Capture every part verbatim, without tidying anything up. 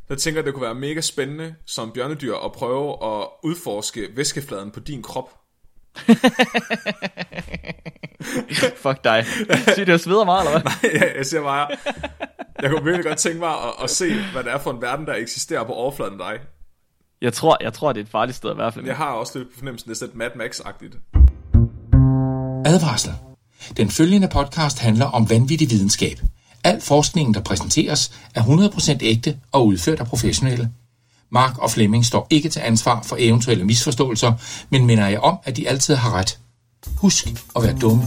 Jeg tænker, det kunne være mega spændende som bjørnedyr at prøve at udforske væskefladen på din krop. Fuck dig. Siger du, jeg sveder meget, eller hvad? Nej, jeg, jeg siger bare, jeg kunne virkelig godt tænke mig at, at se, hvad det er for en verden, der eksisterer på overfladen af dig. Jeg tror, jeg tror, det er et farligt sted i hvert fald. Jeg har også lidt på fornemmelsen, det er lidt Mad Max-agtigt. Advarsler. Den følgende podcast handler om vanvittig videnskab. Al forskningen, der præsenteres, er hundrede procent ægte og udført af professionelle. Mark og Flemming står ikke til ansvar for eventuelle misforståelser, men minder jer om, at de altid har ret. Husk at være dumme.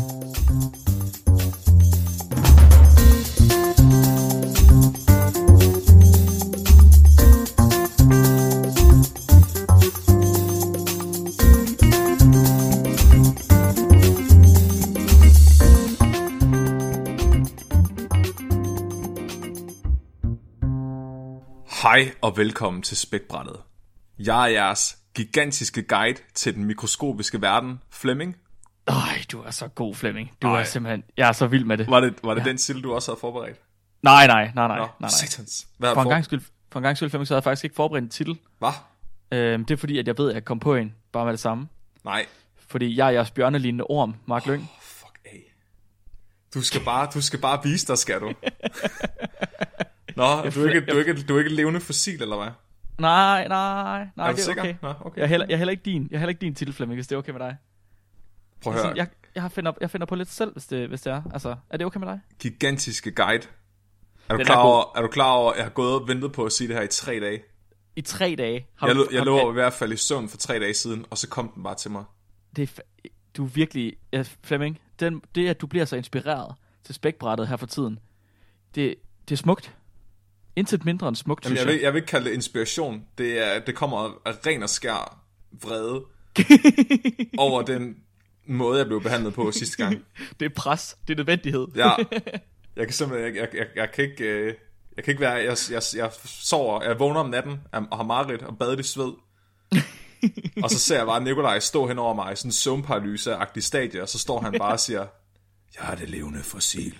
Hej og velkommen til Spækbrættet. Jeg er jeres gigantiske guide til den mikroskopiske verden, Flemming. Øj, du er så god, Flemming. Du Ej. er simpelthen... Jeg er så vild med det. Var det, var det ja. den titel, du også havde forberedt? Nej, nej, nej, nej. Nå, nej, nej. Satans. Hvad for, en gang skyld, for en gang skyld, Flemming, så havde jeg faktisk ikke forberedt en titel. Hvad? Øhm, det er fordi, at jeg ved, at jeg kom på en, bare med det samme. Nej. Fordi jeg er jeres bjørnelignende orm, Mark Lyng. Oh, fuck af. Du skal bare, du skal bare vise dig, skal du? Nå, du er, ikke, du, er ikke, du er ikke et levende fossil, eller hvad? Nej, nej, nej, er det er sikker? okay. Nå, okay. Jeg er heller, jeg er heller ikke din, jeg er heller ikke din titel, Flemming, hvis det er okay med dig. Prøv at høre. Jeg, jeg, finder, jeg finder på lidt selv, hvis det, hvis det er. Altså, er det okay med dig? Gigantiske guide. Er du, Den klar er over, er du klar over, at jeg har gået og ventet på at sige det her i tre dage? I tre dage? Har jeg du, jeg har, lå i hvert fald i søvn for tre dage siden, og så kom den bare til mig. Det er, du er virkelig, ja, Flemming, den, det at du bliver så inspireret til spækbrættet her for tiden, det, det er smukt. Intet mindre end smukt, Jamen, synes jeg, vil, jeg vil ikke kalde det inspiration. Det, er, det kommer af ren og skær vrede over den måde, jeg blev behandlet på sidste gang. Det er pres. Det er nødvendighed. Ja. Jeg kan simpelthen... Jeg, jeg, jeg, jeg kan ikke... Øh, jeg kan ikke være... Jeg, jeg, jeg sover... Jeg vågner om natten og har mareridt og badet i sved. Og så ser jeg bare Nikolaj stå hen over mig i sådan en søvnparalyse-agtig stadie, og så står han bare og siger, jeg er det levende fossil.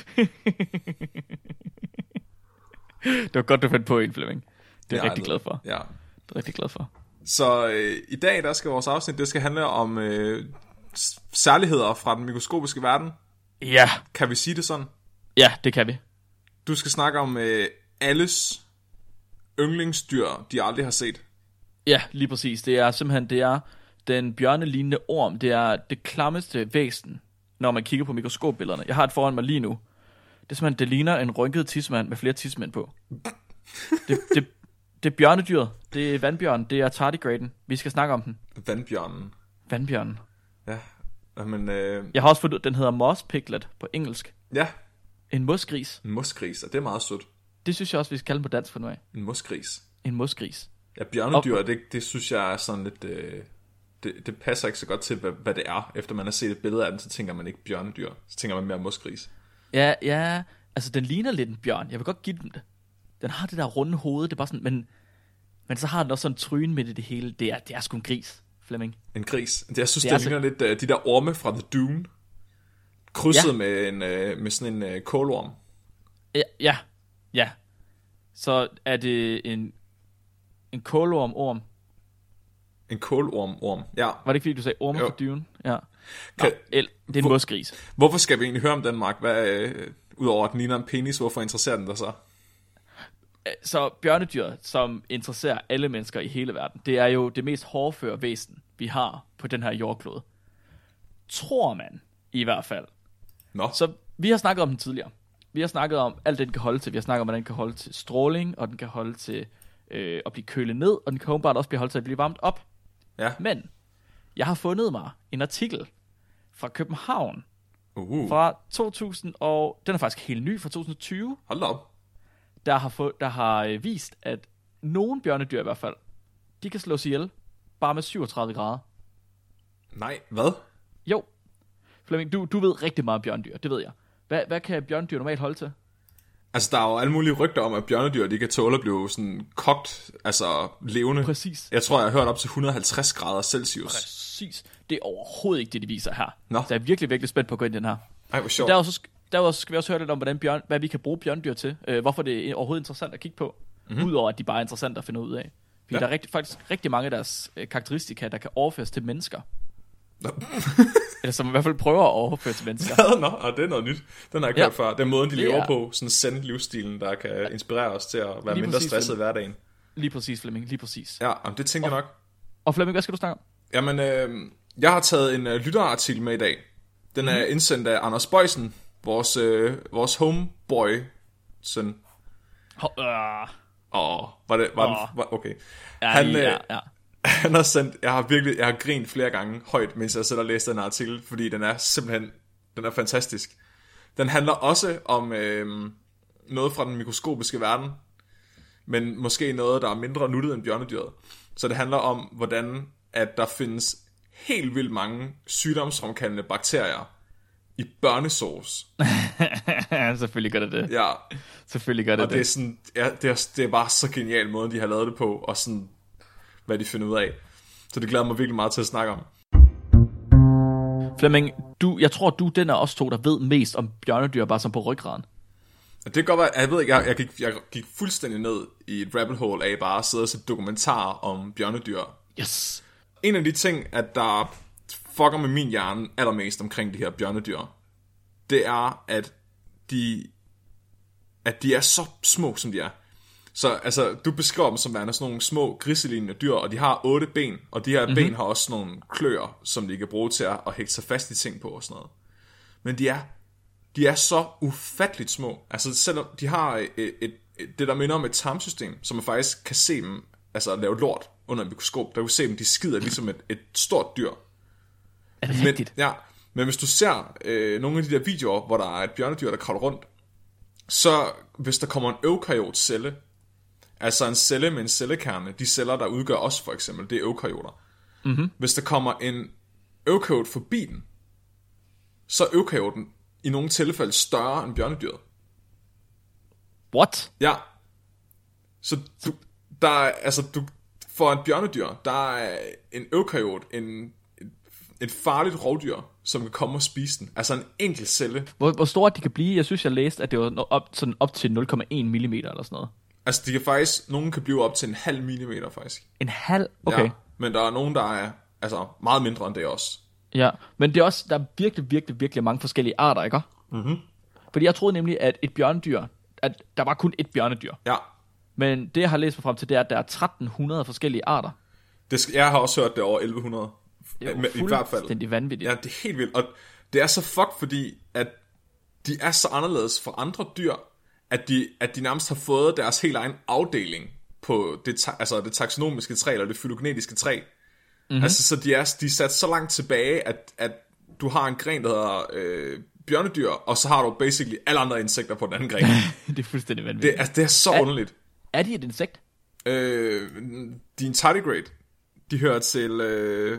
Det var godt, du fandt på en, Flemming. Det er jeg ja, rigtig glad for. Ja. Det er rigtig glad for. Så øh, i dag, der skal vores afsnit, det skal handle om øh, særligheder fra den mikroskopiske verden. Ja. Kan vi sige det sådan? Ja, det kan vi. Du skal snakke om øh, alles yndlingsdyr, de aldrig har set. Ja, lige præcis. Det er simpelthen, det er den bjørnelignende orm. Det er det klammeste væsen, når man kigger på mikroskopbillederne. Jeg har et foran mig lige nu. Det er simpelthen, det ligner en rynket tidsmand med flere tidsmænd på. det, det, det er bjørnedyret. Det er vandbjørn. Det er tardigraden. Vi skal snakke om den. Vandbjørnen. Vandbjørnen. Ja, men... Øh... Jeg har også fundet, den hedder moss piglet på engelsk. Ja. En mosgris. En mosgris, og det er meget sødt. Det synes jeg også, vi skal kalde den på dansk for nu af. En mosgris. En mosgris. Ja, bjørnedyr, det, det synes jeg er sådan lidt... Øh... Det, det passer ikke så godt til, hvad, hvad det er. Efter man har set et billede af den, så tænker man ikke bjørnedyr. Så tænker man mere mosgris. Ja, ja, altså den ligner lidt en bjørn. Jeg vil godt give den det. Den har det der runde hoved, det er bare sådan, men, men så har den også sådan en tryn midt i det hele. Det er, det er sgu en gris, Flemming. En gris. Jeg synes, det, det det ligner så... lidt uh, de der orme fra The Dune. Krydset ja. med, en, uh, med sådan en uh, kålorm. Ja, ja, ja. Så er det en, en kålorm-orm. En kålorm-orm, ja. Var det ikke fordi, du sagde orme fra Dune? Ja. Kan... Nå, el, det er en mosgris. Hvorfor skal vi egentlig høre om den, Mark? Hvad, øh, udover at den ligner en penis, hvorfor interesserer den dig så? Så bjørnedyr, som interesserer alle mennesker i hele verden, det er jo det mest hårdføre væsen, vi har på den her jordklode. Tror man i hvert fald. Nå. Så vi har snakket om den tidligere. Vi har snakket om alt det, den kan holde til. Vi har snakket om, at den kan holde til stråling, og den kan holde til øh, at blive kølet ned, og den kan åbenbart også blive holdt til at blive varmt op. Ja. Men jeg har fundet mig en artikel fra København uh. fra to tusind, og den er faktisk helt ny, fra to tusind og tyve. Hold da op. Der har, få, der har øh, vist, at nogle bjørnedyr i hvert fald, de kan slås ihjel bare med syvogtredive grader. Nej, hvad? Jo. Flemming, du, du ved rigtig meget om bjørnedyr, det ved jeg. Hvad, hvad kan bjørnedyr normalt holde til? Altså, der er jo alle mulige rygter om, at bjørnedyr, de kan tåle at blive sådan kogt, altså levende. Præcis. Jeg tror, jeg har hørt op til et hundrede og halvtreds grader Celsius. Præcis. Det er overhovedet ikke det, de viser her. Nå. Så jeg er virkelig, virkelig spændt på at gå ind i den her. Ej, hvor sjovt. Derudover, så, derudover skal vi også høre lidt om, hvordan bjørn, hvad vi kan bruge bjørnedyr til. Øh, hvorfor det er overhovedet interessant at kigge på. Mm-hmm. Udover at de bare er interessante at finde ud af. Fordi ja. der er rigtig, faktisk rigtig mange af deres øh, karakteristika, der kan overføres til mennesker. Eller som i hvert fald prøver at overføre til mennesker. Nå, og det er noget nyt. Den har jeg ikke ja. hørt før. Den måden, de lever er... på, sådan send livsstilen, der kan inspirere os til at være lige mindre stresset i hverdagen. Lige præcis, Flemming. Lige præcis. Ja, og det tænker og, jeg nok. Og Flemming, hvad skal du snakke om? Jamen, øh, jeg har taget en øh, lytterartikel med i dag. Den er mm. indsendt af Anders Bøjsen, vores, øh, vores homeboy søn. Åh, øh. oh, var det, var oh. den, var, okay. Ja, han, ja, øh, ja. han har sendt, jeg har virkelig, jeg har grint flere gange højt, mens jeg selv har læst den artikel, fordi den er simpelthen, den er fantastisk. Den handler også om øh, noget fra den mikroskopiske verden, men måske noget, der er mindre nuttet end bjørnedyret. Så det handler om, hvordan at der findes helt vildt mange sygdomsfremkaldende bakterier i børnesauce. Selvfølgelig gør det det. Ja. Selvfølgelig gør det og det. Og det er sådan, ja, det er, det er bare så genial måde, de har lavet det på, og sådan, hvad de finder ud af. Så det glæder mig virkelig meget til at snakke om. Flemming, du, jeg tror, du den er også to, der ved mest om bjørnedyr, bare som på ryggraden. Det kan godt være, jeg ved ikke, jeg, jeg, gik, jeg gik fuldstændig ned i et rabbit hole af bare at sidde og se dokumentarer om bjørnedyr. Yes. En af de ting, at der fucker med min hjerne allermest omkring de her bjørnedyr, det er, at de, at de er så små, som de er. Så altså, du beskriver dem som værende sådan nogle små griselignende dyr, og de har otte ben, og de her mm-hmm. ben har også sådan nogle kløer, som de kan bruge til at, at hægte sig fast i ting på og sådan noget. Men de er, de er så ufatteligt små. Altså selvom de har et, et, et, det, der minder om et tarmsystem, som man faktisk kan se dem altså lave lort under en mikroskop. Der kan du se dem, de skider ligesom et, et stort dyr. Er det rigtigt? Men, ja, men hvis du ser øh, nogle af de der videoer, hvor der er et bjørnedyr, der kravler rundt, så hvis der kommer en eukaryotcelle, altså en celle med en cellekerne, de celler, der udgør os for eksempel, det er eukaryoter. Mm-hmm. Hvis der kommer en eukaryot forbi den, så er eukaryoten i nogle tilfælde større end bjørnedyret. What? Ja. Så du, der er, altså du, for en bjørnedyr, der er en eukaryot, en, et farligt rovdyr, som kan komme og spise den. Altså en enkelt celle. Hvor, hvor stort de kan blive? Jeg synes, jeg læste, at det var op, sådan op til nul komma en millimeter eller sådan noget. Altså de kan faktisk, nogen kan blive op til en halv millimeter faktisk. En halv? Okay. Ja, men der er nogen, der er altså meget mindre end det også. Ja, men det er også, der er virkelig, virkelig, virkelig mange forskellige arter, ikke? Mhm. Fordi jeg troede nemlig, at et bjørnedyr, at der var kun et bjørnedyr. Ja. Men det, jeg har læst mig frem til, det er, at der er tretten hundrede forskellige arter. Det skal, jeg har også hørt det over elleve hundrede. Det er jo fuldstændig vanvittigt. Ja, det er helt vildt. Og det er så fuck, fordi at de er så anderledes fra andre dyr, at de, at de nærmest har fået deres helt egen afdeling på det, altså det taksonomiske træ, eller det fylogenetiske træ. Mm-hmm. Altså, så de er, de er sat så langt tilbage, at, at du har en gren, der hedder øh, bjørnedyr, og så har du basically alle andre insekter på den anden gren. Det er fuldstændig vanvittigt. Det, altså, det er så er, underligt. Er de et insekt? Øh, de er en tardigrade. De hører til øh,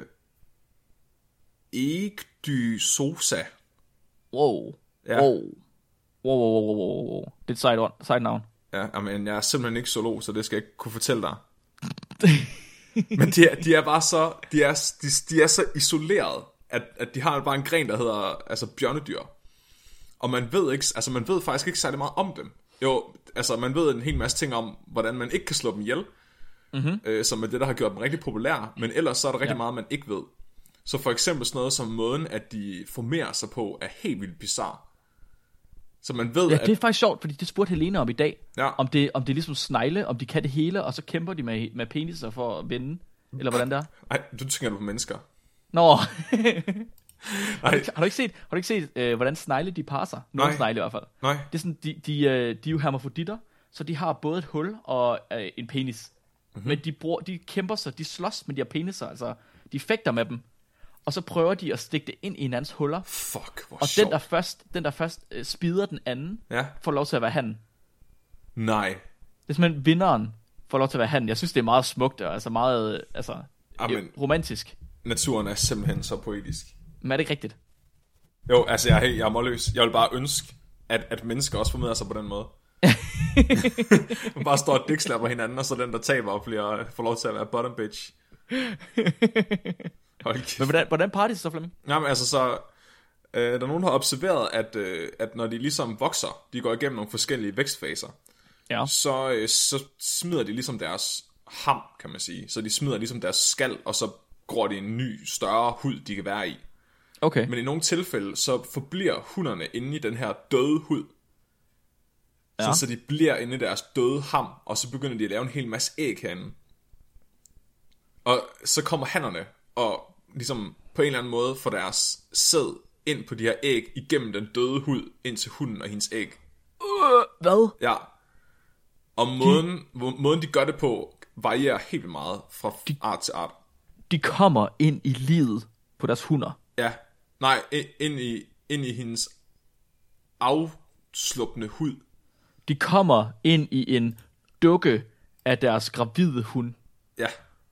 Ecdysosa. Wow. Ja. Wow. Wow, wow, wow, wow, wow. Det er et sejt, sejt navn. Ja, men jeg er simpelthen ikke zoolog, så det skal jeg ikke kunne fortælle dig. Men de er, de er bare så, de er, de, de er så isoleret, at, at de har bare en gren, der hedder altså bjørnedyr. Og man ved ikke, altså man ved faktisk ikke særlig meget om dem. Jo, altså man ved en hel masse ting om, hvordan man ikke kan slå dem ihjel, mm-hmm. øh, som er det, der har gjort dem rigtig populære. Men ellers så er der rigtig ja. meget, man ikke ved. Så for eksempel sådan noget som måden, at de formerer sig på, er helt vildt bizarre. Så man ved, ja, det er at... faktisk sjovt, fordi det spurgte Helena om i dag. Ja. Om, det, om det er ligesom snegle, om de kan det hele, og så kæmper de med, med peniser for at vinde. Eller hvordan det er. Nej, du tænker du på mennesker. Nå. har, du, har du ikke set, har du ikke set øh, hvordan snegle de parrer sig? Nogle Nej. snegle i hvert fald. Nej. Det er sådan, de, de, øh, de er jo hermafroditter, så de har både et hul og øh, en penis. Mm-hmm. Men de, bruger, de kæmper sig, de slås med de her peniser, altså de fægter med dem. Og så prøver de at stikke det ind i hinandens huller. Fuck, hvor Og sjovt. den der først, den der først øh, spider den anden, ja. får lov til at være han. Nej. Det er simpelthen vinderen får lov til at være han. Jeg synes det er meget smukt og altså meget altså Amen. romantisk. Naturen er simpelthen så poetisk. Men er det ikke rigtigt? Jo, altså jeg er, helt, jeg er målløs. Jeg vil bare ønske, at, at mennesker også formidler sig på den måde. Man bare står og dækslapper hinanden, og så den der taber bliver, får lov til at være bottom bitch. Men hvordan, hvordan party så, Flemming? Jamen altså så øh, der er nogen, der har observeret, at, øh, at når de ligesom vokser, de går igennem nogle forskellige vækstfaser. Ja. så, øh, så smider de ligesom deres ham, kan man sige. Så de smider ligesom deres skal, og så går det en ny, større hud, de kan være i. Okay. Men i nogle tilfælde, så forbliver hunderne inde i den her døde hud. Ja. Så, så de bliver inde i deres døde ham, og så begynder de at lave en hel masse æg herinde. Og så kommer hannerne, og ligesom på en eller anden måde får deres sæd ind på de her æg, igennem den døde hud, ind til hunden og hendes æg. Uh, hvad? Ja. Og måden de, måden de gør det på, varierer helt vildt meget fra de, art til art. De kommer ind i livet på deres hunder. Ja. Nej, ind i, ind i hendes afsluppende hud. De kommer ind i en dukke af deres gravide hund. Ja.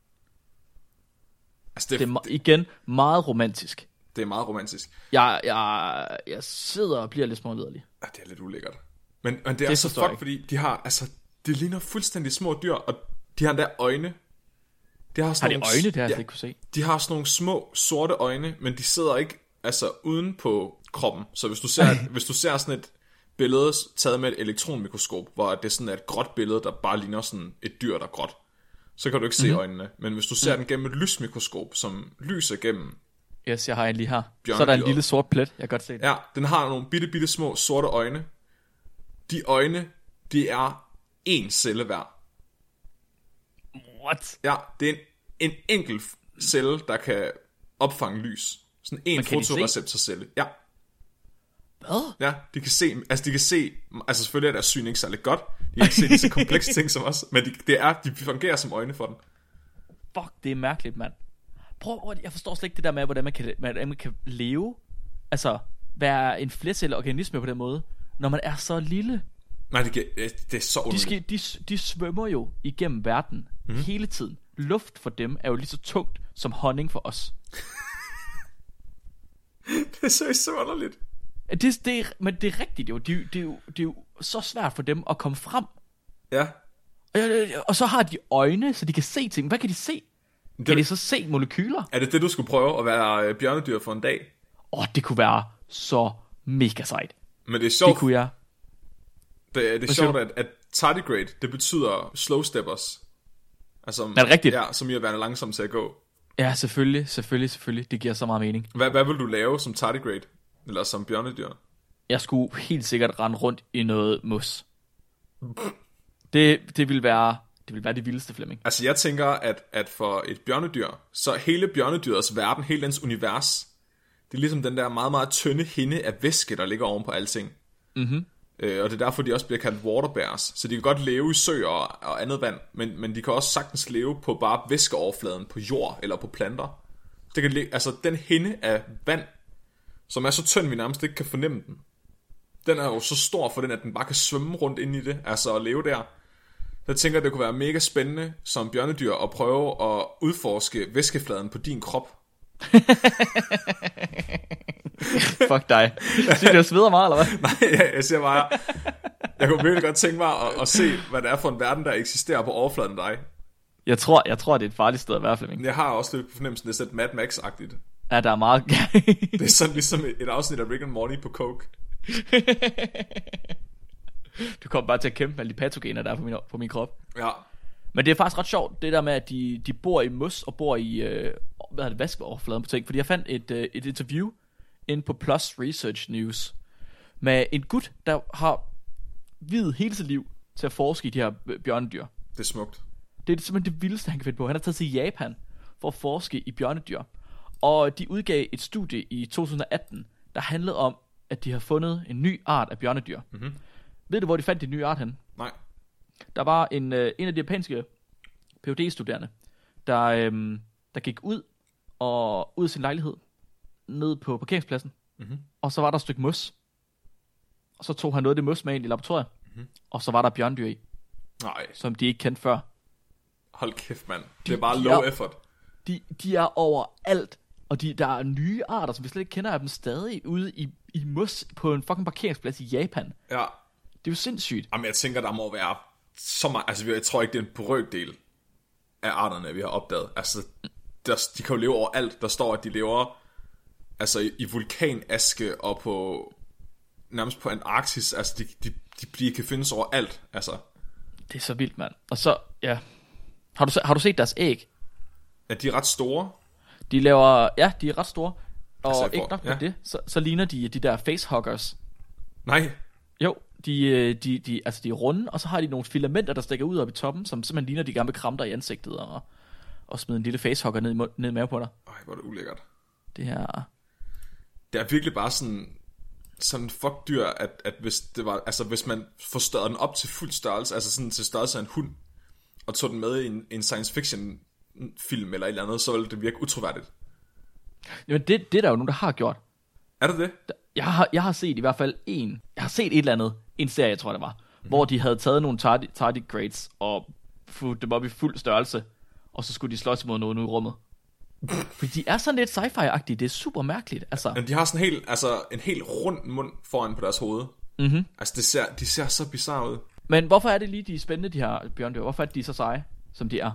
Altså det, det er igen meget romantisk. Det er meget romantisk. Jeg, jeg, jeg sidder og bliver lidt småliderlig. Ja, det er lidt ulækkert. Men, men det er det så fuck, fordi de har, altså, det ligner fuldstændig små dyr, og de har endda øjne. De har, har de nogle, øjne, det har jeg ja, ikke kunne se. De har sådan nogle små, sorte øjne, men de sidder ikke, altså, uden på kroppen. Så hvis du ser, hvis du ser sådan et billede taget med et elektronmikroskop, hvor det er sådan et gråt billede, der bare ligner sådan et dyr, der er gråt, så kan du ikke se mm-hmm. øjnene. Men hvis du ser mm. den gennem et lysmikroskop, som lyser gennem... Yes, jeg har en lige her. Så er der en lille sort plet, jeg kan godt se det. Ja, den har nogle bitte, bitte små sorte øjne. De øjne, de er en celle hver. What? Ja, det er en, en enkelt celle, der kan opfange lys. Sådan en fotoreceptorcelle. Ja. Hvad? Ja, de kan se, altså de kan se, altså selvfølgelig er deres syn ikke særlig godt. De kan ikke se disse komplekse ting som os, men de, det er, de fungerer som øjne for den. Fuck, det er mærkeligt, mand. Prøv, jeg forstår slet ikke det der med, hvordan man kan, hvordan man kan leve, altså være en flercellet organisme på den måde, når man er så lille. Nej, det, det er så underligt. De, skal, de, de svømmer jo igennem verden mm. hele tiden. Luft for dem er jo lige så tungt som honning for os. Det er så, så underligt. Det, det er, men det er rigtigt jo. Det, det, er jo. det er jo så svært for dem at komme frem. Ja. Og, og så har de øjne, så de kan se ting. Hvad kan de se? Det, kan de så se molekyler? Er det det, du skulle prøve at være bjørnedyr for en dag? Åh, oh, det kunne være så mega sejt. Men det er sjovt. Det kunne jeg. Det, det er sjovt, at, at tardigrade, det betyder slow steppers. Altså, er det rigtigt? Ja, som i at være langsom til at gå. Ja, selvfølgelig, selvfølgelig, selvfølgelig. Det giver så meget mening. Hvad, hvad vil du lave som tardigrade? Eller som bjørnedyr? Jeg skulle helt sikkert rende rundt i noget mos. Det, det vil være det vil være det vildeste, Flemming. Altså jeg tænker, at, at for et bjørnedyr, så hele bjørnedyrets verden, hele dens univers, det er ligesom den der meget, meget tynde hinde af væske, der ligger oven på alting. Mhm. Øh, og det er derfor, de også bliver kaldt waterbears. Så de kan godt leve i søer og, og andet vand, men, men de kan også sagtens leve på bare væskeoverfladen, på jord eller på planter. Det kan, altså den hinde af vand, som er så tynd, vi nærmest ikke kan fornemme den. Den er jo så stor for den, at den bare kan svømme rundt ind i det, altså at leve der. Jeg tænker, det kunne være mega spændende som bjørnedyr at prøve at udforske væskefladen på din krop. Fuck dig. Siger du, jeg sveder meget, eller hvad? Nej, jeg, jeg siger bare, jeg kunne virkelig godt tænke mig at, at se, hvad det er for en verden, der eksisterer på overfladen af dig. Jeg tror, jeg tror, det er et farligt sted at være, Flemming. Jeg har også lidt på fornemmelsen, det er sådan Mad Max-agtigt. Ja, der er meget... Det er sådan ligesom et afsnit af Rick and Morty på coke. Du kommer bare til at kæmpe med alle de patogener, der er på min, på min krop. Ja. Men det er faktisk ret sjovt, det der med, at de, de bor i mos og bor i øh, hvad er det, vaskeoverfladen på ting. Fordi jeg fandt et, øh, et interview inde på Plus Research News med en gut, der har videt hele sit liv til at forske i de her bjørnedyr. Det er smukt. Det er simpelthen det vildeste, han kan finde på. Han har taget til Japan for at forske i bjørnedyr. Og de udgav et studie i to tusind og atten, der handlede om, at de har fundet en ny art af bjørnedyr. Mm-hmm. Ved du, hvor de fandt de nye art hen? Nej. Der var en, øh, en af de japanske Ph.D.-studerende, der, øh, der gik ud og ud af sin lejlighed, ned på parkeringspladsen, mm-hmm. og så var der et stykke mos. Og så tog han noget af det mos med ind i laboratoriet, mm-hmm. og så var der bjørndyr i. Nej. Som de ikke kendte før. Hold kæft, mand. Det er bare de, low de er, effort. De, de er overalt, og de, der er nye arter, som vi slet ikke kender af dem stadig, ude i, i mos på en fucking parkeringsplads i Japan. Ja. Det er jo sindssygt. Jamen, jeg tænker, der må være så meget... Altså, jeg tror ikke, det er en brøkdel af arterne, vi har opdaget. Altså, der, de kan jo leve overalt. Der står, at de lever altså, i, i vulkanaske og på... nærmest på Antarktis. Altså, de, de, de, de kan findes overalt. Altså, Det er så vildt, mand. Og så, ja. Har du, har du set deres æg? Er de ret store? De laver, ja, de er ret store. Og Altså, ikke for- nok med ja. det, så, så ligner de de der facehuggers. Nej. Jo, de, øh, de, de, altså de er runde, og så har de nogle filamenter, der stikker ud op i toppen, som simpelthen ligner, de gerne vil kramme dig i ansigtet, og, og smide en lille facehugger ned i, mu- ned i maven på dig. Ej, hvor er det ulækkert. Det her... Det er virkelig bare sådan sådan fuck dyr, at, at hvis det var, altså hvis man forstørrede den op til fuld størrelse, altså sådan til størrelse af en hund, og tog den med i en, en science fiction film eller et eller andet, så ville det virke utroværdigt. Jamen det, det er der jo nogen, der har gjort. Er det det? Jeg har, jeg har set i hvert fald en, jeg har set et eller andet, en serie, jeg tror det var, mm-hmm. hvor de havde taget nogle tardi- tardigrades og fuldt dem op i fuld størrelse, og så skulle de slås mod noget ude i rummet. Fordi de er sådan lidt sci-fi-agtige, det er super mærkeligt, altså. Men de har sådan en helt, altså en helt rund mund foran på deres hoved. Mm-hmm. Altså det ser, de ser så bizarre ud. Men hvorfor er det lige, de er spændende, de her bjørndyr? Hvorfor er de så seje, som de er?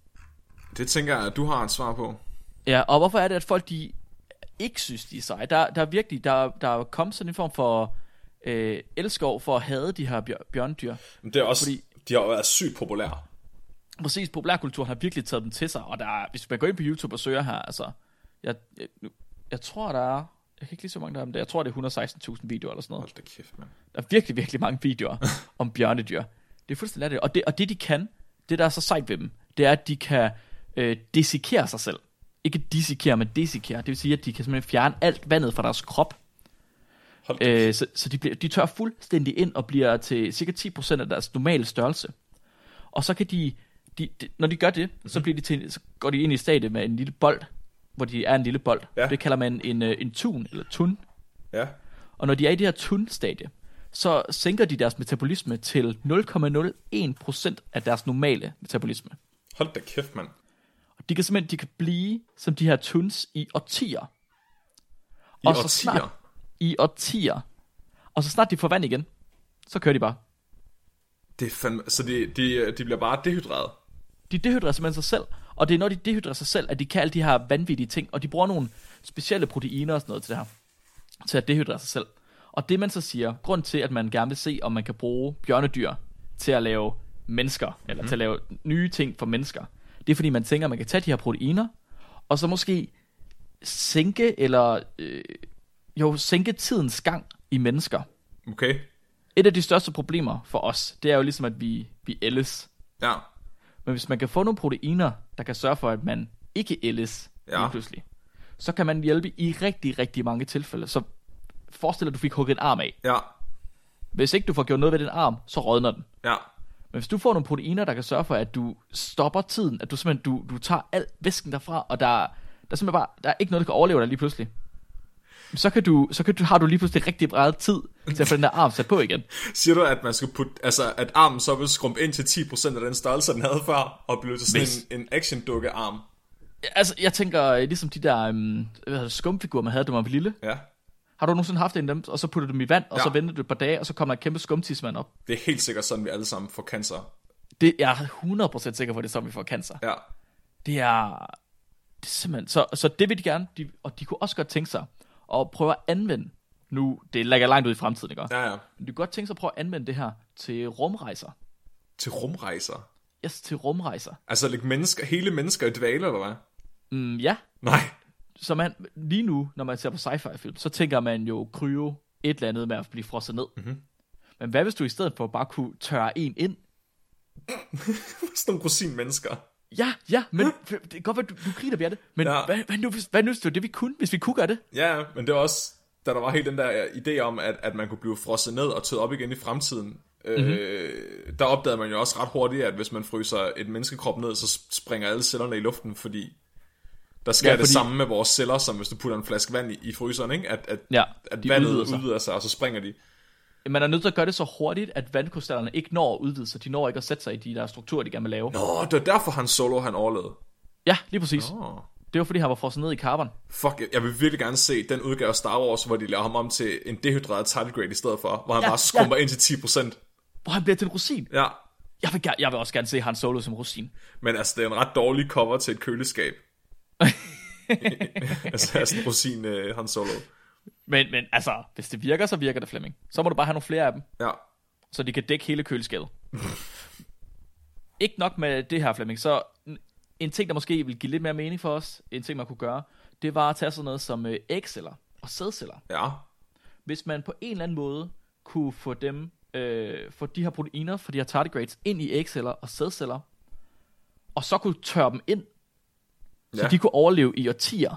Det tænker jeg, at du har et svar på. Ja, og hvorfor er det, at folk, de ikke synes, de er seje? Der, der er virkelig, der, der er kommet sådan en form for øh, elskov for at hade de her bjør- bjørndyr. Men det er også, Fordi- Fordi... de har jo været sygt populære. Præcis, populærkulturen har virkelig taget dem til sig, og der er, hvis man går ind på YouTube og søger her, altså, jeg, jeg, jeg tror, der er, jeg kan ikke lige så mange der er, men jeg tror, det er et hundrede og seksten tusind videoer eller sådan noget. Hold da kæft, mand. Der er virkelig, virkelig mange videoer om bjørnedyr. Det er fuldstændig latterligt. Og det, og det de kan, det der er så sejt ved dem, det er, at de kan øh, dissekere sig selv. Ikke dissekere, men dissekere. Det vil sige, at de kan simpelthen fjerne alt vandet fra deres krop. Hold da Øh, så så de, bliver, de tør fuldstændig ind og bliver til cirka ti procent af deres normale størrelse. Og så kan de, de, de når de gør det, mm-hmm. så, bliver de til, så går de ind i stadiet med en lille bold, hvor de er en lille bold. Ja. Det kalder man en, en, en tun, eller tun. Ja. Og når de er i det her tun-stadie, så sænker de deres metabolisme til nul komma nul en procent af deres normale metabolisme. Hold da kæft, mand. Og de kan simpelthen de kan blive som de her tuns i årtier. I Og så årtier? snart, I årtier. Og så snart de får vand igen, så kører de bare. Det er fandme, så de, de, de bliver bare dehydreret. De dehydrerer simpelthen sig selv. Og det er når de dehydrerer sig selv, at de kan alle de her vanvittige ting. Og de bruger nogle specielle proteiner og sådan noget til det her. Til at dehydrere sig selv. Og det man så siger, grund til at man gerne vil se, om man kan bruge bjørnedyr til at lave mennesker, mm. eller til at lave nye ting for mennesker, det er fordi man tænker, at man kan tage de her proteiner, og så måske sænke, eller øh, jo, sænke tidens gang i mennesker. Okay? Et af de største problemer for os, det er jo ligesom, at vi, vi ældes. Ja. Men hvis man kan få nogle proteiner, der kan sørge for, at man ikke ældes Ja. lige pludselig, så kan man hjælpe i rigtig, rigtig mange tilfælde. Så forestil dig, at du fik hugget en arm af. Ja. Hvis ikke du får gjort noget ved den arm, så rådner den. Ja. Men hvis du får nogle proteiner, der kan sørge for, at du stopper tiden, at du simpelthen du, du tager al væsken derfra, og der, der er simpelthen bare, der er ikke noget, der kan overleve dig lige pludselig, så kan du, så kan du, har du lige pludselig rigtig meget tid til at få den der arm sat på igen. Siger du, at man skal putte, altså at armen så vil skrumpe ind til ti procent af den størrelse, den havde før, og blive til sådan Hvis- en, en action-dukke arm? Altså, jeg tænker, øh, ligesom de der um, skumfigurer, man havde, da man var lille. Ja. Har du nogensinde haft en af dem, og så putter du dem i vand, og Ja. så venter du et par dage, og så kommer der en kæmpe skumtidsmand op? Det er helt sikkert sådan, vi alle sammen får cancer. Det, jeg er hundrede procent sikker på, at det er sådan, vi får cancer. Ja. Det er, det er simpelthen, så, så det vil de gerne, de, og de kunne også godt tænke sig at prøve at anvende, nu, det ligger langt ud i fremtiden, ikke? Ja, ja. Men de kunne godt tænke sig at prøve at anvende det her til rumrejser. Til rumrejser. Yes, til rumrejser. Altså lægge mennesker, hele mennesker i dvale, eller hvad? Mm, ja, Nej. så man, lige nu, når man ser på sci-fi film, så tænker man jo kryo et eller andet med at blive frosset ned. Mm-hmm. Men hvad hvis du i stedet for bare kunne tørre en ind? Sådan nogle rosin mennesker. Ja, ja, men det kan godt være, du, du griner ved det, men Ja. ja. hvad, hvad, nu, hvis, hvad nu, hvis det var det, vi kunne, hvis vi kunne gøre det? Ja, men det var også, da der var helt den der idé om, at, at man kunne blive frosset ned og tøet op igen i fremtiden. Mm-hmm. Øh, der opdagede man jo også ret hurtigt, at hvis man fryser et menneskekrop ned, så springer alle cellerne i luften, fordi der sker Ja, ja, det fordi- samme med vores celler, som hvis du putter en flaske vand i, i fryseren, ikke? At, at, Ja, at de vandet udvider udvider sig. sig. udvider sig, og så springer de. Man er nødt til at gøre det så hurtigt, at vandkrystallerne ikke når at udvide sig. De når ikke at sætte sig i de der strukturer, de gerne vil lave. Nå, det var derfor han Solo, han overlevede. Ja, lige præcis. Nå. Det var fordi, han var frosset ned i carbon. Fuck, jeg- jeg vil virkelig gerne se den udgave af Star Wars, hvor de laver ham om til en dehydreret tardigrade i stedet for, hvor han Ja, bare skrumper ind til ti procent. Hvor han bliver til en rosin. Ja, Jeg vil, gerne, jeg vil også gerne se Han Solo som rosin. men altså, det er en ret dårlig cover til et køleskab. altså, altså en rosin uh, Han Solo. Men, men altså, hvis det virker, så virker det, Flemming. Så må du bare have nogle flere af dem, Ja. så de kan dække hele køleskabet. ikke nok med det her, Flemming, så en ting, der måske vil give lidt mere mening for os, en ting, man kunne gøre, det var at tage sådan noget som øh, ægceller og sædceller. Ja. Hvis man på en eller anden måde kunne få dem, øh, få de her proteiner, for de her tardigrades, ind i ægceller og sædceller, og så kunne tørre dem ind, så Ja. de kunne overleve i årtier,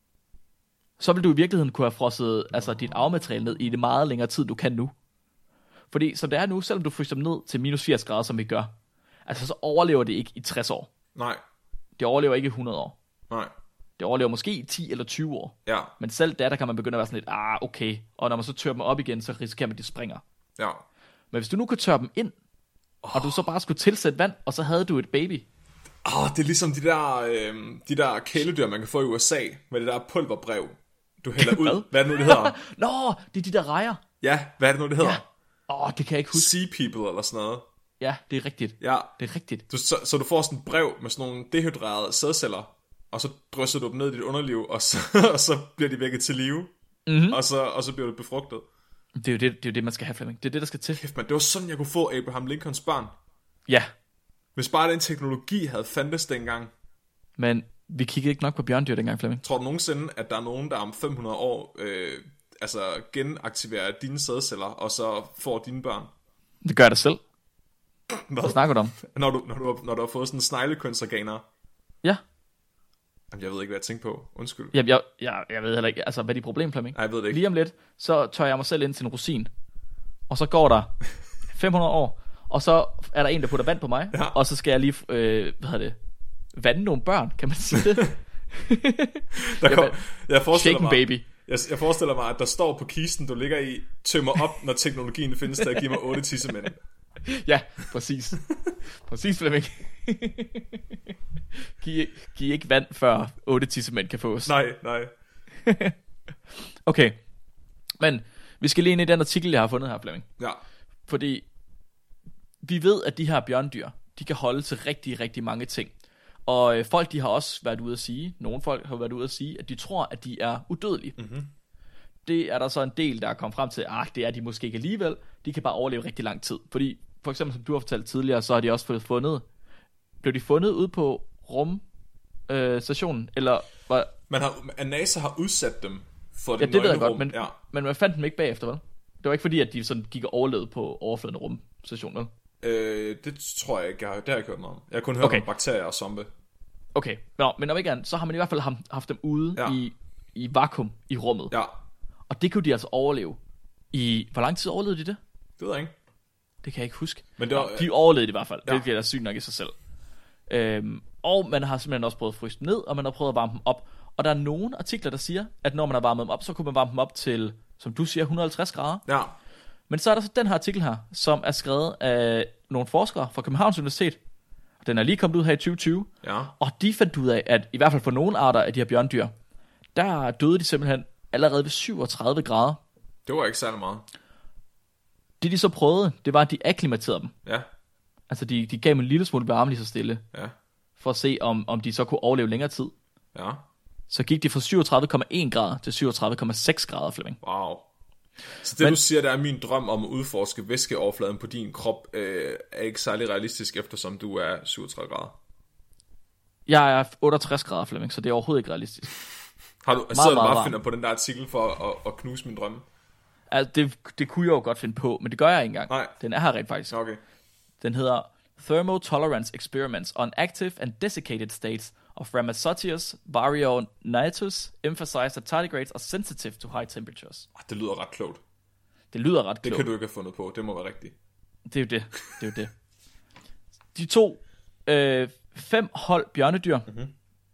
så ville du i virkeligheden kunne have frosset altså, dit arvemateriale ned i det meget længere tid, du kan nu. Fordi som det er nu, selvom du fryser dem ned til minus firs grader, som vi gør, altså så overlever det ikke i tres år. Nej. Det overlever ikke i hundrede år. Nej. Det overlever måske i ti eller tyve år. Ja. Men selv der, der kan man begynde at være sådan lidt, ah, okay. Og når man så tørrer dem op igen, så risikerer man, at de springer. Ja. Men hvis du nu kunne tørre dem ind, oh. og du så bare skulle tilsætte vand, og så havde du et baby. Åh, oh, det er ligesom de der, øh, de der kæledyr, man kan få i U S A, med det der pulverbrev, du hælder ud. Hvad? Hvad er det nu, det hedder? Nå, det er de der rejer. Ja, hvad er det nu, det hedder? Ja. Åh, oh, det kan jeg ikke huske. Sea people eller sådan noget. Ja, det er rigtigt. Ja. Det er rigtigt. Du, så, så du får sådan et brev med sådan nogle dehydrerede sædceller, og så drysser du dem ned i dit underliv, og så, og så bliver de vækket til live, Mm-hmm. og, så, og så bliver du befrugtet. Det er jo det, det, er jo det man skal have, Flemming. Det er det, der skal til. Kæft, man, det var sådan, jeg kunne få Abraham Lincolns børn. Ja, Hvis bare den teknologi havde fandtes dengang. men vi kiggede ikke nok på bjørndyr dengang, Flemming. Tror du nogensinde, at der er nogen, der om fem hundrede år øh, altså genaktiverer dine sædceller, og så får dine børn? Det gør jeg da selv. Hvad? Hvad snakker du om? Når du, når du, har, når du har fået sådan sneglekønsorganer? Ja. Jamen, jeg ved ikke, hvad jeg tænker på. Undskyld. Jamen, jeg, jeg, jeg ved heller ikke, altså, hvad er dit problem, Flemming? Nej, jeg ved det ikke. Lige om lidt, så tør jeg mig selv ind til en rosin. Og så går der fem hundrede år, og så er der en, der putter vand på mig, Ja. og så skal jeg lige, øh, hvad hedder det, vande nogle børn, kan man sige det? Der kom, jeg, forestiller Shaken mig, baby. jeg, jeg forestiller mig, at der står på kisten, du ligger i, tømmer op, når teknologien findes til at give mig otte tissemænd. Ja, præcis. Præcis, Flemming. giv, giv ikke vand, før otte tissemænd kan fås. Nej, nej. Okay, men vi skal lige ind i den artikel, jeg har fundet her, Flemming. Ja, Fordi vi ved, at de her bjørndyr, de kan holde til rigtig, rigtig mange ting. Og øh, folk, de har også været ude at sige, nogle folk har været ude at sige, at de tror, at de er udødelige. Mm-hmm. Det er der så en del, der er kommet frem til, at det er de måske ikke alligevel. De kan bare overleve rigtig lang tid. Fordi, for eksempel som du har fortalt tidligere, så har de også fået fundet, blev de fundet ude på rumstationen, øh, eller var, Man har, NASA har udsat dem for ja, det det ved jeg nøgne godt, rum. men, Ja. men man fandt dem ikke bagefter, vel? Det var ikke fordi, at de sådan gik og overlevede på overfladen af rumstationen, vel? Øh, det tror jeg ikke, jeg har, det har jeg ikke hørt noget om. Jeg har kun hørt Okay. om bakterier og svampe. Okay, Nå, men om ikke andet, så har man i hvert fald ham- haft dem ude Ja. i, i vakuum i rummet. Ja, Og det kunne de altså overleve. I hvor lang tid overlevede de det? det ved jeg ikke. Det kan jeg ikke huske. Men det var, Nå, de overlevede det i hvert fald. Ja. Det bliver da sygt nok i sig selv. Øhm, og man har simpelthen også prøvet at fryse dem ned, og man har prøvet at varme dem op. Og der er nogle artikler, der siger, at når man har varmet dem op, så kunne man varme dem op til, som du siger, et hundrede og halvtreds grader. ja, Men så er der så den her artikel her, som er skrevet af nogle forskere fra Københavns Universitet. Den er lige kommet ud her i tyve tyve. ja. Og de fandt ud af, at i hvert fald for nogle arter af de her bjørndyr, der døde de simpelthen allerede ved syvogtredive grader. Det var ikke særlig meget. Det de så prøvede, det var, at de akklimatiserede dem. Ja, Altså de, de gav dem en lille smule varme lige så stille, ja, for at se, om, om de så kunne overleve længere tid. ja. Så gik de fra syvogtredive komma en grader til syvogtredive komma seks grader, Flemming. Wow. Så det Men- du siger, der er min drøm om at udforske væskeoverfladen på din krop, øh, er ikke særlig realistisk, eftersom du er syvogtredive grader. Jeg er otteogtres grader, Flemming, så det er overhovedet ikke realistisk. Har du, sidder du meget bare varm. og finder på den der artikel for at, at knuse min drømme? Altså, det, det kunne jeg jo godt finde på, men det gør jeg ikke engang. Nej. Den er her rent faktisk. Okay. Den hedder Thermotolerance Experiments on Active and Desiccated States of Rhamnosotius varionatus emphasize that tardigrades are sensitive to high temperatures. Ah, det lyder ret klogt. Det lyder ret Det klogt. kan du ikke have fundet på. Det må være rigtigt. Det er jo det. Det er jo det. De to øh, fem hold bjørnedyr, mm-hmm.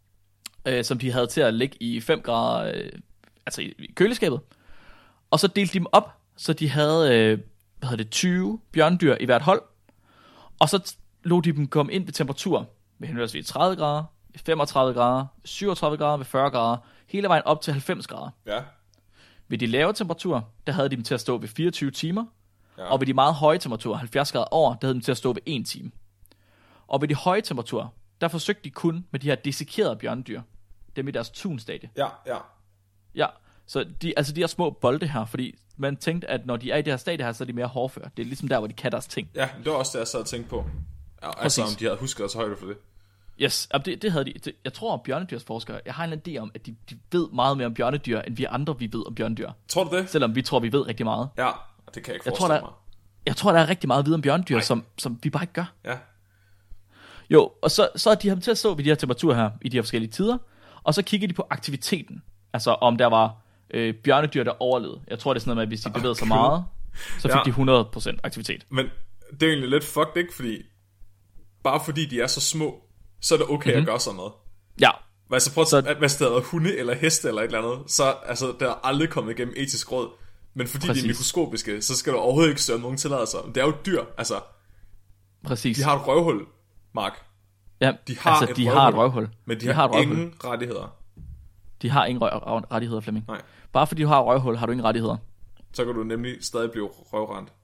øh, som de havde til at ligge i fem grader, øh, altså i, i køleskabet, og så delte de dem op, så de havde, øh, hvad hedder det, tyve bjørnedyr i hvert hold, og så t- lod de dem komme ind ved temperatur ved henholdsvis tredive grader, ved femogtredive grader, syvogtredive grader, ved fyrre grader, hele vejen op til halvfems grader. Ja. Ved de lave temperaturer, der havde de dem til at stå ved fireogtyve timer, Ja. og ved de meget høje temperaturer, halvfjerds grader over, der havde de dem til at stå ved en time. Og ved de høje temperaturer, der forsøgte de kun med de her dissekerede bjørnedyr, dem i deres tunstadie. Ja, ja. Ja, så de, altså de her små bolde her, fordi man tænkte, at når de er i det her stadie her, så er de mere hårdføre. Det er ligesom der, hvor de kan deres ting. Ja, det var også det, jeg sad og tænkte på. Ja, altså om de havde husket at tage højde for det. Yes, det, det havde de. Det, jeg tror, at bjørnedyrsforskere, jeg har en idé om, at de, de ved meget mere om bjørnedyr, end vi andre, vi ved om bjørnedyr. Tror du det? Selvom vi tror, vi ved rigtig meget. Ja, det kan jeg ikke jeg forestille tror, der, mig. Jeg tror, der er rigtig meget viden om bjørnedyr, som, som vi bare ikke gør. Ja. Jo, og så, så er de ham til at stå ved de her temperaturer her, i de her forskellige tider, og så kigger de på aktiviteten. Altså om der var øh, bjørnedyr, der overlevede. Jeg tror, det er sådan noget med, at hvis de bevægede sig meget, så fik ja. de hundrede procent aktivitet. Men det er egentlig lidt fucked, ikke? Fordi bare fordi de er så små, så er det okay mm-hmm. at gøre sådan noget. Ja. Altså prøv at, så... at hvis det havde hunde eller heste eller et eller andet, så altså, der er aldrig kommet igennem etisk råd. Men fordi Præcis. de er mikroskopiske, så skal der overhovedet ikke støre nogen tilladelser. Det er jo dyr, altså. Præcis. De har et røvhul, Mark. Ja, de har, altså, et, de røvhul, har et røvhul. Men de, de har, har ingen rettigheder. De har ingen røv- rettigheder, Flemming. Nej. Bare fordi du har et røvhul, har du ingen rettigheder. Så kan du nemlig stadig blive røvrendt.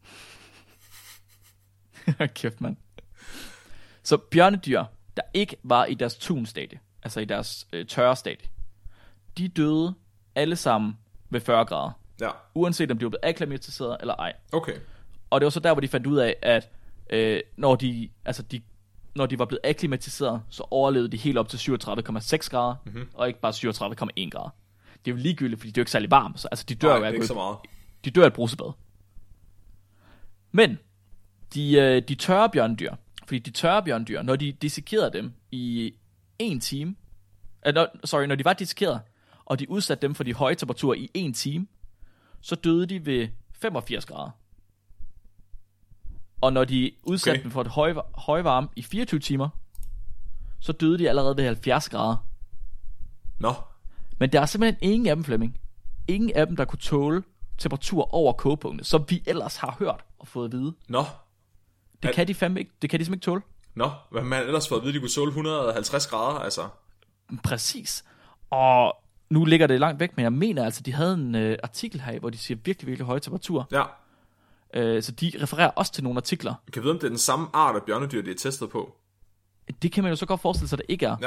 Kæft, mand. Så bjørnedyr, der ikke var i deres tun-stadie, altså i deres øh, tørre stadie, de døde alle sammen ved fyrre grader. Ja. Uanset om de var blevet akklimatiseret eller ej. Okay. Og det var så der, hvor de fandt ud af, at øh, når, de, altså de, når de var blevet akklimatiseret, så overlevede de helt op til syvogtredive komma seks grader, mm-hmm. og ikke bare syvogtredive komma en grader. Det er jo ligegyldigt, fordi det er jo ikke særlig varmt. Så, altså de dør Nej, jo det er af ikke så meget. De dør af et brusebad. Men de, øh, de tørre bjørnedyr, fordi de tørre bjørnedyr, når de dissekerede dem i en time, øh, når, sorry, når de var dissekeret, og de udsatte dem for de høje temperaturer i en time, så døde de ved femogfirs grader. Og når de udsatte okay. dem for et høj, højvarme i fireogtyve timer, så døde de allerede ved halvfjerds grader. Nå. Men der er simpelthen ingen af dem, Flemming. Ingen af dem, der kunne tåle temperatur over kogepunktet, som vi ellers har hørt og fået at vide. Nå. Det kan de fandme ikke, det kan de simpelthen ikke tåle. Nå, hvad man ellers fået at vide, de kunne tåle et hundrede og halvtreds grader, altså. Præcis. Og nu ligger det langt væk, men jeg mener altså, de havde en øh, artikel her, hvor de siger virkelig, virkelig høje temperaturer. Ja. Øh, så de refererer også til nogle artikler. Kan vi vide, om det er den samme art af bjørnedyr, de er testet på? Det kan man jo så godt forestille sig, at det ikke er. Ja.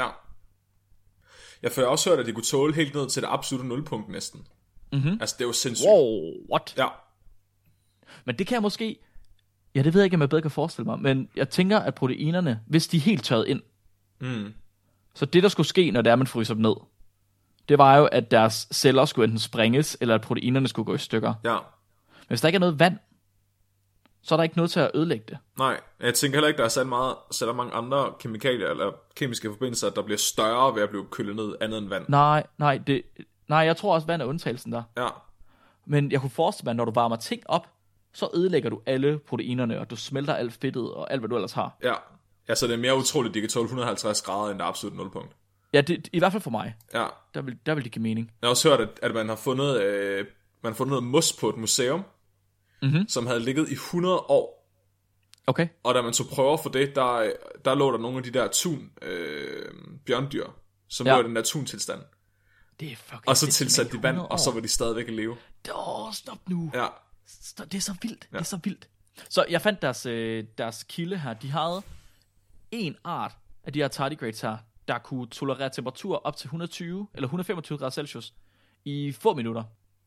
Jeg har også hørt, at de kunne tåle helt ned til det absolutte nulpunkt næsten. Mm-hmm. Altså, det er jo sindssygt. Wow, what? Ja. Men det kan jeg måske... Ja, det ved jeg ikke, om jeg bedre kan forestille mig. Men jeg tænker, at proteinerne, hvis de er helt tørret ind, mm. så det, der skulle ske, når det er, man fryser dem ned, det var jo, at deres celler skulle enten sprænges, eller at proteinerne skulle gå i stykker. Ja. Men hvis der ikke er noget vand, så er der ikke noget til at ødelægge det. Nej, jeg tænker heller ikke, der er særlig meget, så er der mange andre kemikalier eller kemiske forbindelser, der bliver større ved at blive kølet ned andet end vand. Nej, nej, det, nej, jeg tror også, vand er undtagelsen der. Ja. Men jeg kunne forestille mig, at når du varmer ting op, så ødelægger du alle proteinerne, og du smelter alt fedtet og alt, hvad du ellers har. Ja, ja, så det er mere utroligt, at de kan tåle et hundrede og halvtreds grader end det absolut nulpunkt. Ja, det, i hvert fald for mig. Ja. Der vil, der vil det give mening. Jeg har også hørt, at, at man har fundet, øh, man har fundet noget mos på et museum, mm-hmm. som havde ligget i hundrede år. Okay. Og da man tog prøver for det, der, der lå der nogle af de der tun øh, bjørndyr, som ja. lå i den der tun-tilstand. Det er fucking og så tilsatte de vand, år. Og så var de stadigvæk i live. Åh, stop nu. Ja. Det er så vildt, ja. Det er så vildt. Så jeg fandt deres, øh, deres kilde her. De havde en art af de her tardigrades her, der kunne tolerere temperatur op til et hundrede og tyve eller et hundrede og femogtyve grader Celsius i få minutter.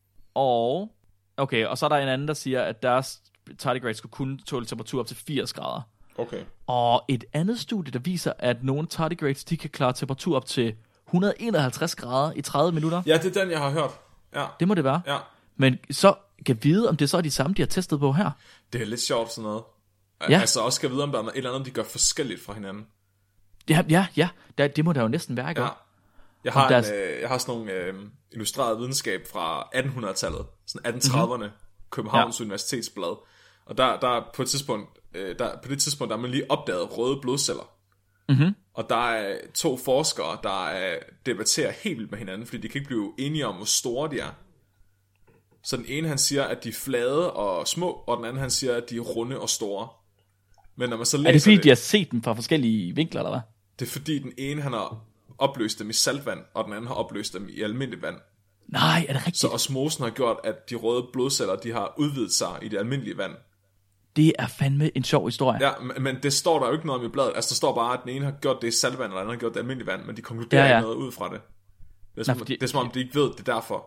Og okay, og så er der en anden, der siger, at deres tardigrades skulle kunne tåle temperatur op til firs grader. Okay. Og et andet studie, der viser, at nogle tardigrades, de kan klare temperatur op til et hundrede og enoghalvtreds grader i tredive minutter. Ja, det er den, jeg har hørt. Ja. Det må det være. Ja. Men så kan vide, om det så er de samme, de har testet på her. Det er lidt sjovt sådan noget. Ja. Altså også skal vide, om der er et eller andet, de gør forskelligt fra hinanden. Ja, ja, ja. Det, det må der jo næsten være, ikke? Ja. Jeg har, deres... en, øh, jeg har sådan nogle øh, illustreret videnskab fra attenhundredetallet. Sådan atten trediverne. Mm-hmm. Københavns ja. Universitetsblad. Og der, der på et tidspunkt, øh, der, på det tidspunkt, der har man lige opdaget røde blodceller. Mm-hmm. Og der er to forskere, der er, debatterer helt vildt med hinanden, fordi de kan ikke blive enige om, hvor store de er. Så den ene, han siger, at de er flade og små, og den anden, han siger, at de er runde og store. Men når man så læser er det fordi, det, de har set dem fra forskellige vinkler, eller hvad? Det er fordi, den ene, han har opløst dem i saltvand, og den anden har opløst dem i almindeligt vand. Nej, er det rigtigt? Så osmosen har gjort, at de røde blodceller, de har udvidet sig i det almindelige vand. Det er fandme en sjov historie. Ja, men, men det står der jo ikke noget om i bladet. Altså, der står bare, at den ene har gjort det i saltvand, og den anden har gjort det i almindeligt vand, men de konkluderer ja, ja. ikke noget ud fra det. Det er, som, Nej, fordi... det er som om, de ikke ved, det er derfor.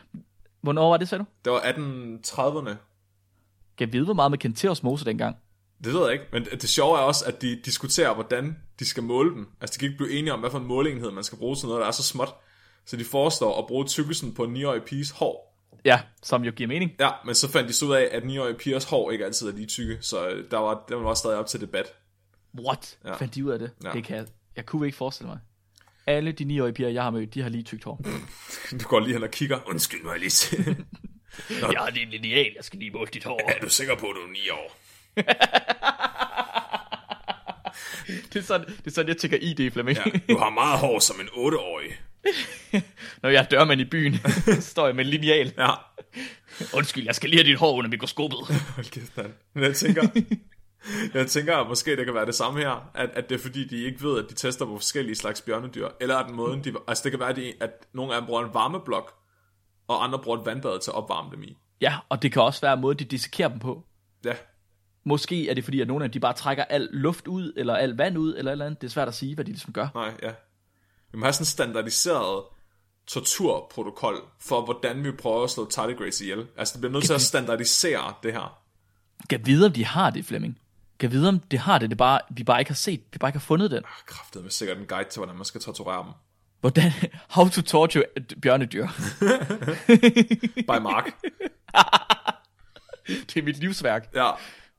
Hvornår var det, sagde du? Det var atten trediverne. Kan jeg vide, hvor meget man kendte til osmose dengang? Det ved jeg ikke, men det sjove er også, at de diskuterer, hvordan de skal måle dem. Altså, de kan ikke blive enige om, hvad for en måleenhed man skal bruge til noget, der er så småt. Så de foreslår at bruge tykkelsen på en niårig piges hår. Ja, som jo giver mening. Ja, men så fandt de så ud af, at niårige pigers hår ikke altid er lige tykke, så der var, der var stadig op til debat. What? Ja. Fandt de ud af det? Ja. Det kan jeg, jeg kunne ikke forestille mig. Alle de niårige piger, jeg har mødt, de har lige tykt hår. Du går lige hen og kigger. Undskyld mig lige til. Ja, det er en lineal, jeg skal lige måle dit hår. Er du sikker på, at du er ni år? det, er sådan, det er sådan, jeg tænker I D, Flemming. Ja, du har meget hår som en otteårig. Når jeg er dørmand i byen, står jeg med en lineal. Ja. Undskyld, jeg skal lige have dit hår under mikroskopet. Hold kæft, man. Men jeg tænker, jeg tænker at måske det kan være det samme her, at, at det er fordi, de ikke ved, at de tester på forskellige slags bjørnedyr, eller at den måden, de, altså det kan være, at, de, at nogle af dem bruger en varmeblok, og andre bruger et vandbad til at opvarme dem i. Ja, og det kan også være en måde, de dissekerer dem på. Ja. Måske er det fordi, at nogle af dem de bare trækker al luft ud, eller al vand ud, eller et eller andet. Det er svært at sige, hvad de ligesom gør. Nej, ja. Vi må have sådan en standardiseret torturprotokol for, hvordan vi prøver at slå tardigrades ihjel. Altså, det bliver nødt til at standardisere det her. Kan vide, om de har det, Flemming? Kan vide, om det har det, det bare, vi bare ikke har set, vi bare ikke har fundet den. Ah, kraftedeme sikkert en guide til, hvordan man skal torturere dem. Hvordan? How to torture bjørnedyr. By Mark. Det er mit livsværk. Ja.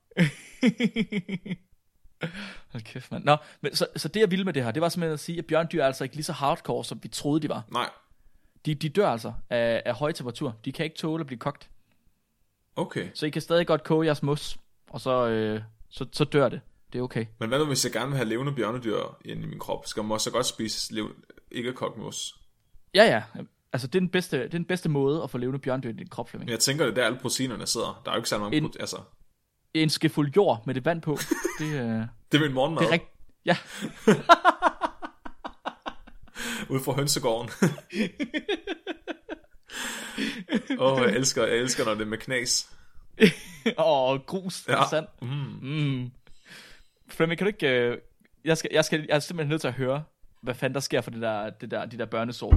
Hold kæft, mand. Nå, men så, så det jeg ville med det her, det var simpelthen at sige, at bjørnedyr er altså ikke lige så hardcore, som vi troede, de var. Nej. De, de dør altså af, af høj temperatur. De kan ikke tåle at blive kogt. Okay. Så I kan stadig godt koge jeres mos, og så, øh, så, så dør det. Det er okay. Men hvad nu, hvis jeg gerne vil have levende bjørnedyr inde i min krop? Skal man også godt spise lev... ikke kogt mos? Ja, ja. Altså, det er den bedste, det er den bedste måde at få levende bjørnedyr i din krop, Flemming. Jeg tænker, det er der alle proteinerne sidder. Der er jo ikke særlig mange en, prote... altså. En skefuld jord med det vand på. Det, øh... det er min morgenmad. Det er rigt... Ja. Ude fra hønsegården. Åh, oh, jeg elsker, jeg elsker, når det er med knas. Åh, oh, grus. Ja. Sand. Mm. Mm. Flemming, kan du ikke... Øh... Jeg, skal, jeg, skal, jeg er simpelthen nødt til at høre, hvad fanden der sker for det der, det der, de der børnesår.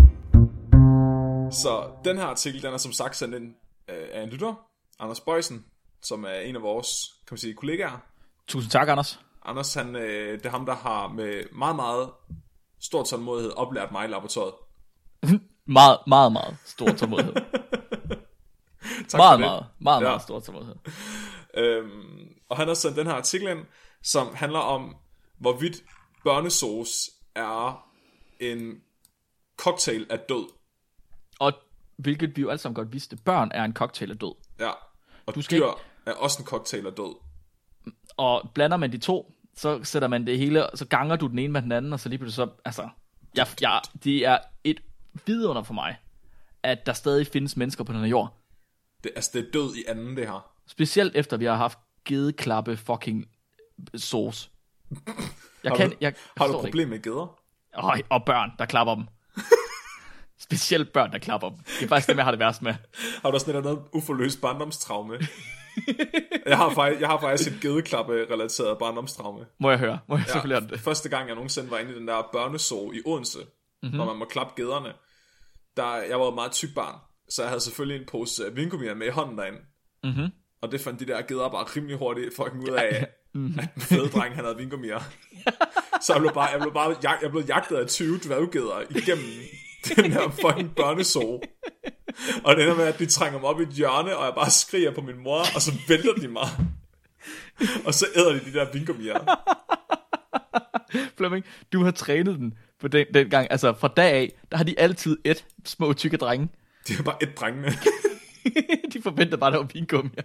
Så den her artikel, den er som sagt sendt ind øh, af en lytter, Anders Bøjsen, som er en af vores, kan man sige, kollegaer. Tusind tak, Anders. Anders, han, øh, det er ham, der har med meget, meget stor tålmodighed oplært mig i laboratoriet. meget, meget, meget stor tålmodighed. meget, meget, meget, meget, ja. meget stor tålmodighed. Øhm, og han har sendt den her artikel ind, som handler om, hvorvidt børnesauce er en cocktail af død. Og hvilket vi jo alle sammen godt vidste, børn er en cocktail af død. Ja, og du dyr ikke... er også en cocktail af død. Og blander man de to, så sætter man det hele, så ganger du den ene med den anden, og så lige pludselig så, altså, jeg, jeg, det er et vidunder for mig, at der stadig findes mennesker på den her jord. Det, altså, det er død i anden, det her. Specielt efter vi har haft gedeklappe fucking sauce. Jeg har kan, du, jeg, har du problem med geder? Og, og børn, der klapper dem. Specielt børn, der klapper dem. Det er faktisk det, jeg har det værst med. Har du også noget, noget uforløst barndomstraume? jeg, har faktisk, jeg har faktisk et gedeklappe-relateret barndomstraume. Må jeg høre? Må jeg ja, selvfølgelig det? Første gang, jeg nogensinde var inde i den der børneså i Odense, mm-hmm. hvor man må klappe gederne, der, jeg var et meget tyk barn, så jeg havde selvfølgelig en pose vingummier med i hånden derinde. Mm-hmm. Og det fandt de der geder bare rimelig hurtigt fucking ud af, mm-hmm. at den fede dreng, han havde vingummier. Så jeg blev bare, jeg blev bare jeg blev jagtet af tyve dværggeder igennem den her fucking børneså. Og det ender med, at de trænger mig op i et hjørne, og jeg bare skriger på min mor, og så vælter de mig. Og så æder de de der vingummier. Flemming, du har trænet den på den, den gang. Altså fra dag af, der har de altid et små tykke drenge. De er bare et drengene. De forventer bare, der var vingummier.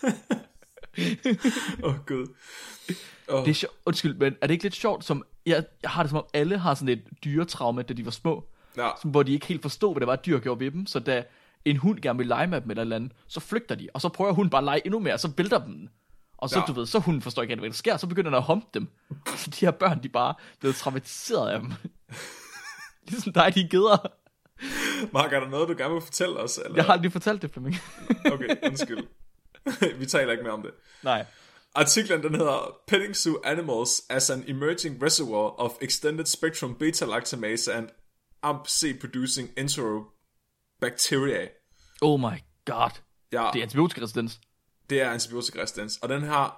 Åh oh, gud. Oh. Det er sjovt. Undskyld, men er det ikke lidt sjovt, som jeg, jeg har det som om alle har sådan et dyretraume, da de var små. Ja. Som, hvor de ikke helt forstod, hvad det var, dyr gjorde ved dem. Så da en hund gerne vil lege med dem eller, eller andet, så flygter de. Og så prøver hun bare at lege endnu mere, og så vælter dem. Og så, ja. du ved, så hunden forstår ikke, hvad der sker. Så begynder den at humpe dem. Så de her børn, de bare blevet traumatiseret af dem. Ligesom dig, de geder. Mark, er der noget, du gerne vil fortælle os? Eller? Jeg har aldrig fortalt det for mig. Okay, undskyld. Vi taler ikke mere om det. Nej. Artiklen, den hedder Petting Zoo Animals as an Emerging Reservoir of Extended Spectrum Beta-Lactamase and A M P C-Producing Enterobacteria. Oh my god. Ja. Det er antibiotikaresistens. Det er antibiotikaresistens. Og den her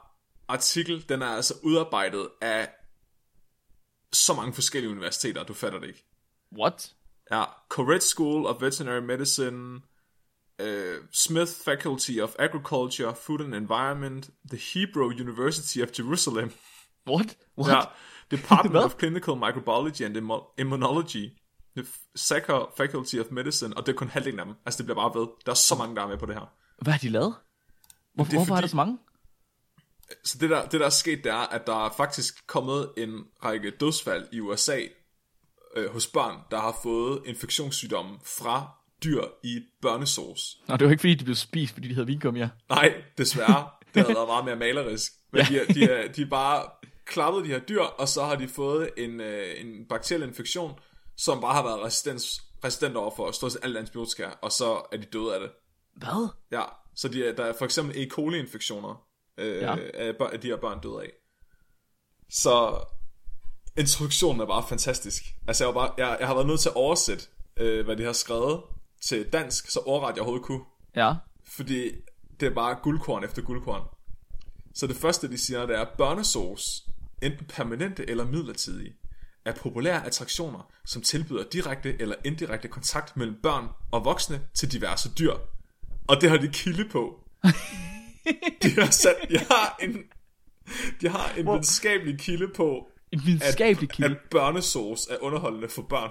artikel, den er altså udarbejdet af så mange forskellige universiteter, du fatter det ikke. What? Ja, Koretz School of Veterinary Medicine, uh, Smith Faculty of Agriculture, Food and Environment, the Hebrew University of Jerusalem. What? What? Ja, Department of Clinical Microbiology and Immunology, the Sacher Faculty of Medicine, og det er kun halvdelen af dem. Altså, det bliver bare ved. Der er så mange, der er med på det her. Hvad har de lavet? Hvor, Det er hvorfor fordi- er der så mange? Så det der, det der er sket, det er, at der er faktisk kommet en række dødsfald i U S A øh, hos børn, der har fået infektionssygdomme fra dyr i børnesauce. Nå, det var ikke fordi, de blev spist, fordi de havde vingummier. Nej, desværre. Det havde været meget mere malerisk. Men ja. de, er, de, er, de er bare klappet de her dyr, og så har de fået en, øh, en bakteriel infektion, som bare har været resistens, resistent over for stort set alt antibiotika, og så er de døde af det. Hvad? Ja, så de er, der er for eksempel E. coli-infektioner, øh, Ja. af, af de her børn døde af. Så introduktionen er bare fantastisk. Altså jeg, var bare, jeg, jeg har været nødt til at oversætte, øh, hvad de har skrevet til dansk, så ordret jeg overhovedet kunne. Ja. Fordi det er bare guldkorn efter guldkorn. Så det første de siger, det er, børnesauce, enten permanente eller midlertidige, er populære attraktioner, som tilbyder direkte eller indirekte kontakt mellem børn og voksne til diverse dyr. Og det har de kilde på. De har sat, jeg har en, de har en videnskabelig kilde på, En videnskabelig at, kilde. at børnesauce er underholdende for børn.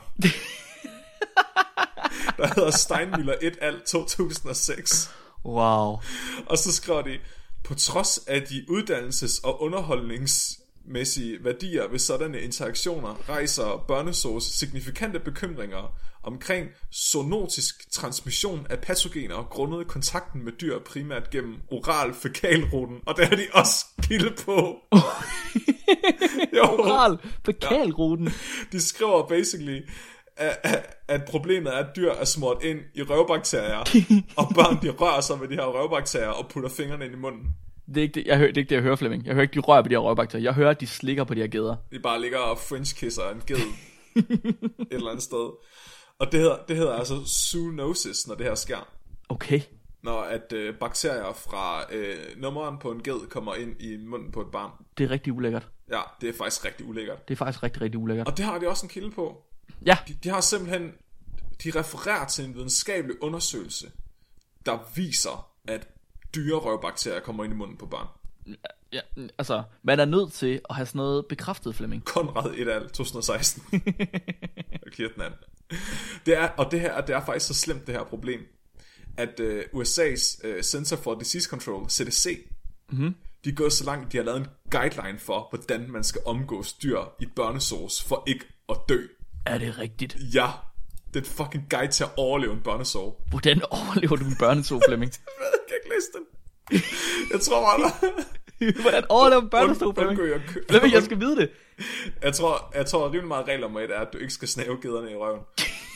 Der hedder Steinmüller et al to tusind og seks. Wow. Og så skriver de, på trods af de uddannelses- og underholdningsmæssige værdier ved sådanne interaktioner, rejser børnesauce signifikante bekymringer omkring zoonotisk transmission af patogener grundet kontakten med dyr primært gennem oral fækalruten. Og der er de også kilde på. Jo. Oral fækalruten. De skriver basically, at, at problemet er, at dyr er smurt ind i røvbakterier, og børn de rører sig med de her røvbakterier og putter fingrene ind i munden. Det er ikke det, jeg hører, det, er ikke det, jeg hører, Flemming. Jeg hører ikke, de rører på de her røgbakterier. Jeg hører, at de slikker på de her geder. De bare ligger og french-kisser en ged et eller andet sted. Og det hedder, det hedder altså zoonosis, når det her sker. Okay. Når at øh, bakterier fra øh, nummeren på en ged kommer ind i munden på et barn. Det er rigtig ulækkert. Ja, det er faktisk rigtig ulækkert. Det er faktisk rigtig, rigtig ulækkert. Og det har de også en kilde på. Ja. De, de har simpelthen, de refererer til en videnskabelig undersøgelse, der viser, at dyrerøvbakterier kommer ind i munden på barn. Ja, altså, man er nødt til at have sådan noget bekræftet, Flemming. Konrad et al to tusind og seksten. Det er, og det her det er faktisk så slemt, det her problem, at uh, U S A's uh, Center for Disease Control, C D C, mm-hmm. de er gået så langt, de har lavet en guideline for, hvordan man skal omgås dyr i børnesauce for ikke at dø. Er det rigtigt? Ja, det er et fucking guide til at overleve en børnesauce. Hvordan overlever du en børnesov, Flemming? Jeg kan ikke læse den. Jeg tror bare, der... Hvordan overlever en børnesov, Flemming? Undgå, jeg kø- Flemming, jeg skal vide det. Jeg tror, jeg tror rimelig meget regel om et er, at du ikke skal snave gederne i røven.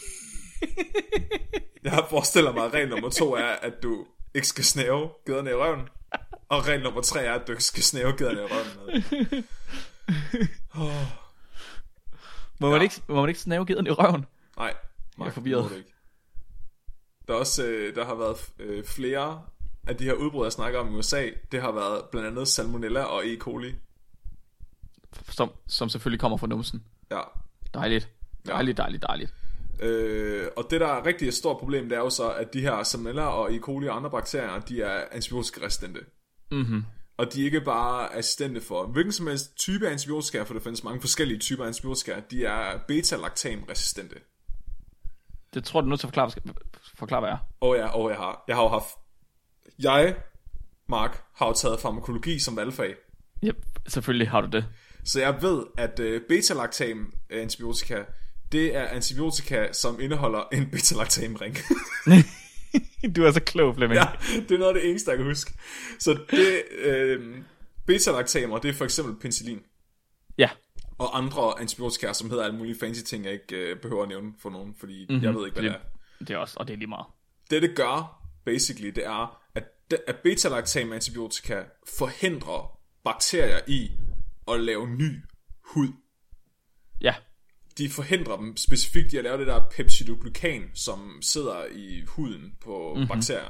Jeg forestiller mig, at regel nummer to er, at du ikke skal snave gederne i røven. Og regel nummer tre er, at du ikke skal snave gederne i røven. Oh. Må man, Ja. ikke, må man ikke snave gederne i røven? Nej, Jeg er forvirret. det må du ikke. Der er også, øh, der har været øh, flere af de her udbrud, jeg snakker om i U S A. Det har været blandt andet salmonella og E. coli. Som, som selvfølgelig kommer fra numsen. Ja. Dejligt. Dejligt, dejligt, dejligt. Øh, og det der er rigtig et stort problem, det er jo så, at de her salmonella og E. coli og andre bakterier, de er antibiotikaresistente. Mhm. Og de er ikke bare assistente for hvilken som helst type antibiotika, for der findes mange forskellige typer antibiotika. De er beta-lactam-resistente. Det tror jeg, du er nødt til at forklare, forklare hvad er. Og ja, og jeg har, jeg har jo haft... Jeg, Mark, har jo taget farmakologi som valgfag. Ja, selvfølgelig har du det. Så jeg ved, at uh, beta-lactam-antibiotika, det er antibiotika, som indeholder en beta-lactam-ring. Du er så klog, Flemming. Ja, det er noget af det eneste, jeg kan huske. Så det, øh, beta-lactamer, det er for eksempel penicillin. Ja. Og andre antibiotika, som hedder alle mulige fancy ting, jeg ikke øh, behøver at nævne for nogen, fordi mm-hmm. jeg ved ikke, hvad det, det er. Det er også, og det er lige meget. Det, det gør, basically, det er, at, de, at beta-lactam antibiotika forhindrer bakterier i at lave ny hud. Ja. De forhindrer dem specifikt i at lave det der peptidoglykan, som sidder i huden på mm-hmm. bakterier.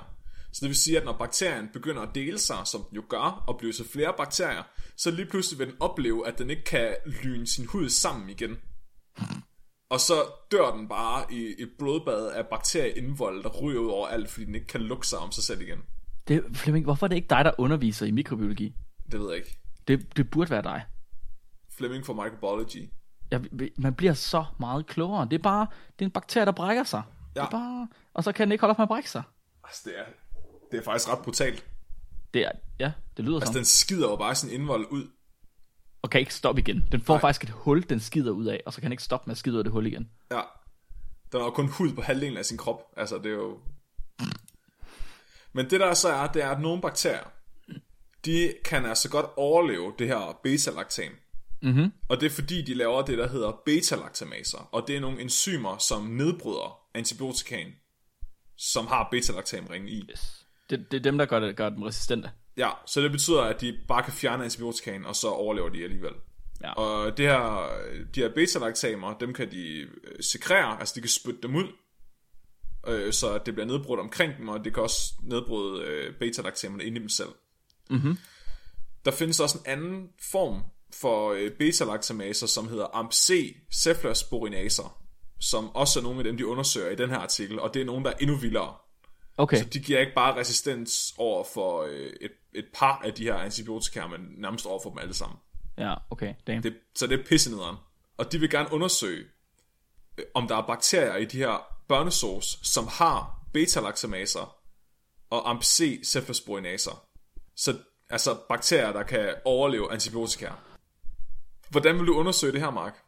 Så det vil sige, at når bakterien begynder at dele sig, som den jo gør, og bliver så flere bakterier, så lige pludselig vil den opleve, at den ikke kan lyne sin hud sammen igen. Og så dør den bare i et blodbad af bakterieindvold, der ryger ud over alt, fordi den ikke kan lukke sig om sig selv igen. Det, Flemming, hvorfor er det ikke dig, der underviser i mikrobiologi? Det ved jeg ikke. Det, det burde være dig. Flemming for microbiology. Ja, man bliver så meget klogere. Det er bare, det er en bakterie, der brækker sig. Ja. Det er bare, og så kan den ikke holde op med at brække sig. Altså, det er, det er faktisk ret brutalt. Det er, ja, det lyder altså, sådan. Den skider jo bare sin indvold ud. Og kan ikke stoppe igen. Den får Nej. faktisk et hul, den skider ud af, og så kan den ikke stoppe med at skide ud af det hul igen. Ja. Den har jo kun hud på halvdelen af sin krop. Altså, det er jo... Men det der så er, det er, at nogle bakterier, de kan altså godt overleve det her beta-laktan. Mm-hmm. Og det er fordi, de laver det, der hedder beta-laktamaser. Og det er nogle enzymer, som nedbryder antibiotikaen, som har beta-laktamringen i. Yes. Det, det er dem, der gør, det, gør dem resistente. Ja, så det betyder, at de bare kan fjerne antibiotikaen, og så overlever de alligevel. Ja. Og det her, de her beta-laktamer, dem kan de sekrere, altså de kan spytte dem ud, øh, så det bliver nedbrudt omkring dem, og det kan også nedbryde øh, beta-laktamerne inde i dem selv. Mm-hmm. Der findes også en anden form for øh, beta-laktamaser, som hedder A M P C-cephalosporinaser, som også er nogle af dem, de undersøger i den her artikel, og det er nogle, der er endnu vildere. Okay. Så de giver ikke bare resistens over for øh, et, et par af de her antibiotika, men nærmest over for dem alle sammen. Ja, okay. Damn. Det, så det er pissenederen. Og de vil gerne undersøge, øh, om der er bakterier i de her børnesås, som har beta-laktamaser og A M P C-cephalosporinaser. Så altså bakterier, der kan overleve antibiotika. Hvordan vil du undersøge det her, Mark?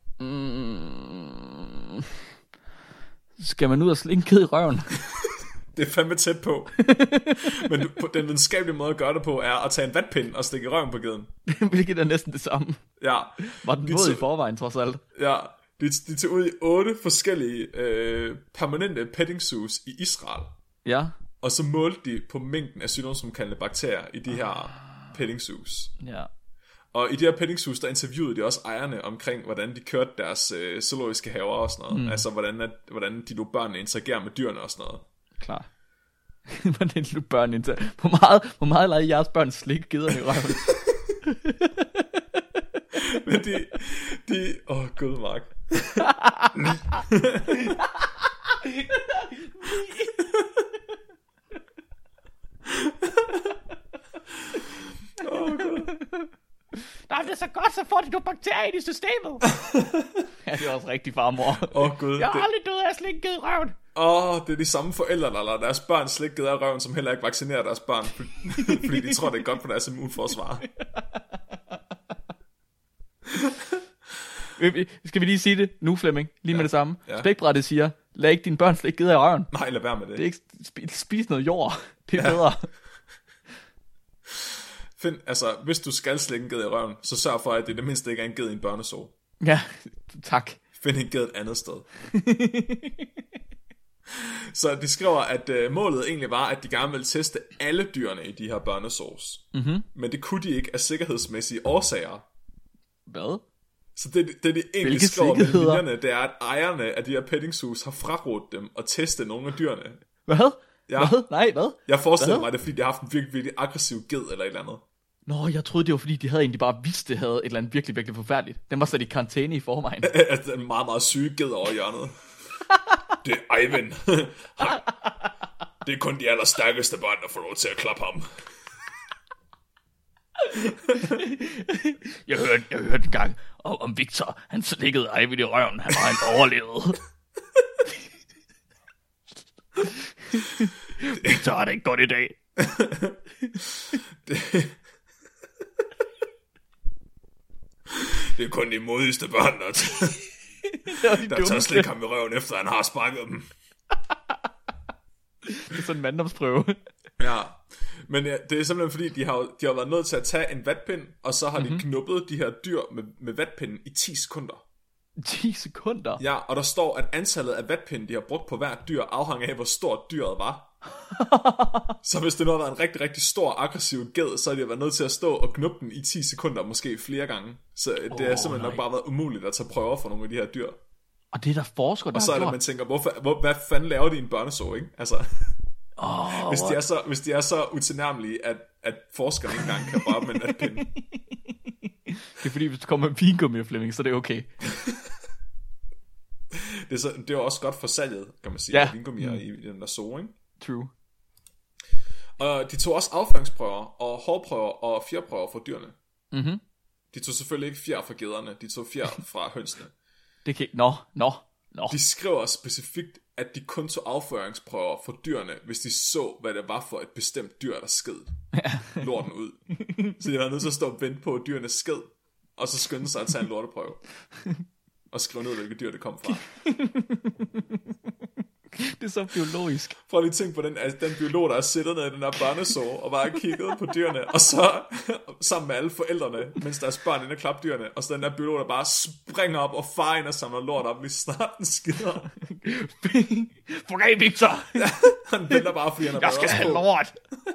Mm. Skal man ud og slinge ked i røven? Det er fandme tæt på. Men du, den videnskabelige måde at gøre det på er at tage en vatpind og stikke røven på geden. Hvilket er næsten det samme. Ja. Var den våd i forvejen, trods alt? Ja, de, de tog ud i otte forskellige øh, permanente petting zoos i Israel. Ja. Og så målte de på mængden af sygdomsfremkaldende bakterier i de her petting zoos. Ja. Og i de her petting zoos, der interviewede de også ejerne omkring, hvordan de kørte deres øh, zoologiske haver og sådan noget. Mm. Altså, hvordan, at, hvordan de lod børnene interagere med dyrene og sådan noget. Klar. Hvordan lod børn interagere? Hvor meget, hvor meget lader jeres børn slikke gederne i røven? Men de... de åh, oh, gud, Mark. Åh, gud. Nej, det er så godt, så får de nogle bakterier i systemet. Ja, det er også rigtig farmor. Åh, oh, gud. Jeg har det... aldrig død af at slikke ged i røven. Åh, oh, det er de samme forældre, der lader deres børn slikke af røven, som heller ikke vaccinerer deres børn, fordi de tror, det er godt for deres immunforsvar. Skal vi lige sige det nu, Flemming? Lige ja. med det samme. Ja. Spækbrættet siger, lad ikke dine børn slikke ged i røven. Nej, lad være med det. Det er ikke sp- spis noget jord. Det er ja. bedre. Find, altså, hvis du skal slikke en ged i røven, så sørg for, at det det mindste ikke er en ged i en børneså. Ja, tak. Find en ged et andet sted. Så de skriver, at uh, målet egentlig var, at de gerne ville teste alle dyrene i de her børnesås. Mm-hmm. Men det kunne de ikke af sikkerhedsmæssige årsager. Hvad? Så det, det de egentlig Hvilke skriver med linjerne, det er, at ejerne af de her petting zoos har frarådt dem at teste nogle af dyrene. Hvad? Ja. Hvad? Nej, hvad? Jeg forestiller hvad? mig, det er, fordi de har haft en virkelig, virkelig aggressiv ged eller et eller andet. Nå, jeg troede, det var fordi, de havde egentlig bare vidst, det havde et eller andet virkelig, virkelig forfærdeligt. Den var sat i karantæne i forvejen. Altså, en meget, meget syge ged over hjørnet. Det er Ivan. Det er kun de allerstærkeste børn, der får lov til at klappe ham. jeg hørte, jeg hørte en gang om, om Victor. Han slikkede Ivan i røven. Han var en overlevet. Victor har det ikke godt i dag. det... det er kun de modigste børn, der, t- der tager slik ham i røven, efter han har sparket dem. Det er sådan en manddomsprøve. Ja, men ja, det er simpelthen fordi, de har, de har været nødt til at tage en vatpind, og så har mm-hmm. de knuppet de her dyr med, med vatpinden i ti sekunder. ti sekunder? Ja, og der står, at antallet af vatpinde, de har brugt på hvert dyr, afhang af, hvor stort dyret var. Så hvis det nu har været en rigtig, rigtig stor, aggressiv ged, så har de været nødt til at stå og knuppe den i ti sekunder, måske flere gange. Så det oh, er simpelthen nej. nok bare været umuligt at tage prøver for nogle af de her dyr. Og det er der forskere, der Og så har er det, gjort. man tænker, hvorfor, hvor, hvad fanden laver de i en børneså, ikke? Altså... Oh, hvis, de er så, hvis de er så utilnærmelige, at, at forskerne ikke engang kan røre med en natpinde. Det er fordi, hvis du kommer med vingummi, Flemming, så er det okay. Det er, så, det er jo også godt for salget, kan man sige, ja. af vingummier mm. i, i den der zoo, ikke? True. Og de tog også afføringsprøver og hårprøver og fjerprøver fra dyrene. Mhm. De tog selvfølgelig ikke fjer fra gederne, de tog fjer fra hønsene. Det kan ikke... Nå, nå, nå. De skriver specifikt, at de kun tog afføringsprøver fra dyrene, hvis de så, hvad det var for et bestemt dyr, der sked lorten ud. Så de var nødt til at stå og vente på, at dyrene sked, og så skynde sig at tage en lorteprøve. Og skrive ned, hvilke dyr det kom fra. Det er så biologisk. Prøv lige at tænke på den, altså, den biolog, der er siddet nede i den der børneså, og bare kigget på dyrene, og så sammen med alle forældrene, mens deres børn inde og klapper dyrene, og så den der biolog, der bare springer op og farer ind og samler lort op, lige snart den skider. Forgæv, Victor! Ja, han venter bare, fordi han er jeg skal have lort!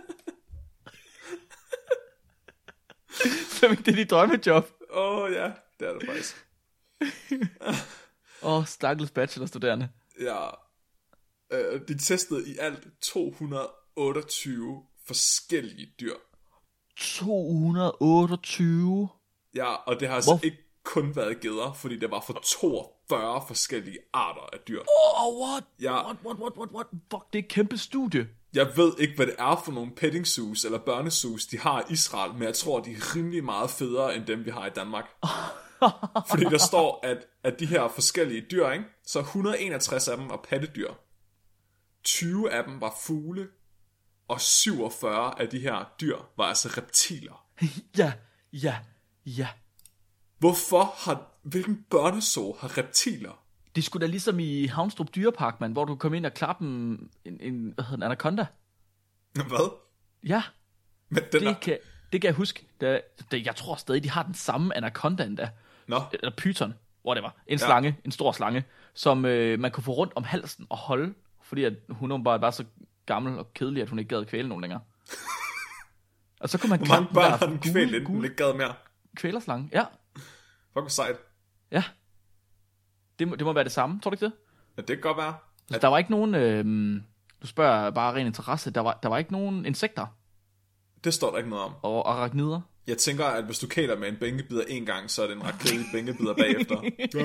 Så det er dit drømmejob. Åh oh, ja, det er det faktisk. Åh, oh, stakkels bachelorstuderende. Ja. Øh, de testede i alt to hundrede og otteogtyve forskellige dyr. to hundrede og otteogtyve? Ja, og det har altså Hvor? ikke kun været geder, fordi det var for toogfyrre forskellige arter af dyr. Oh, what? Ja. What, what, what, what, what? Fuck, det er et kæmpe studie. Jeg ved ikke, hvad det er for nogle petting zoos eller børnezoos, de har i Israel, men jeg tror, de er rimelig meget federe, end dem, vi har i Danmark. Fordi der står, at, at de her forskellige dyr, ikke? Så et hundrede og enogtres af dem var pattedyr. tyve af dem var fugle, og syvogfyrre af de her dyr var altså reptiler. Ja, ja, ja. Hvorfor har, hvilken børnezoo har reptiler? Det skulle da ligesom i Havnstrup Dyrepark, man, hvor du kom ind og klappe en, en, en, hvad hedder en anaconda. Hvad? Ja, Men den det, er... kan, det kan jeg huske. Da, da, jeg tror stadig, de har den samme anaconda endda. Nå. Eller python, whatever. En Ja. slange, en stor slange, som øh, man kunne få rundt om halsen og holde, fordi at hun bare var så gammel og kedelig, at hun ikke gad kvæle nogen længere. Og så kunne man Hvor mange klappe børn der har den kvælt, inden den ikke gad mere? kvælerslange. Ja, Fuck, hvor sejt. ja. Det må, det må være det samme, tror du ikke det? Ja, det kan godt være. Altså, der var ikke nogen, øh, du spørger bare ren interesse, der var, der var ikke nogen insekter Det står der ikke noget om. og arachnider. Jeg tænker, at hvis du kæler med en bænkebider en gang, så er det en ret kedelig bænkebider bagefter.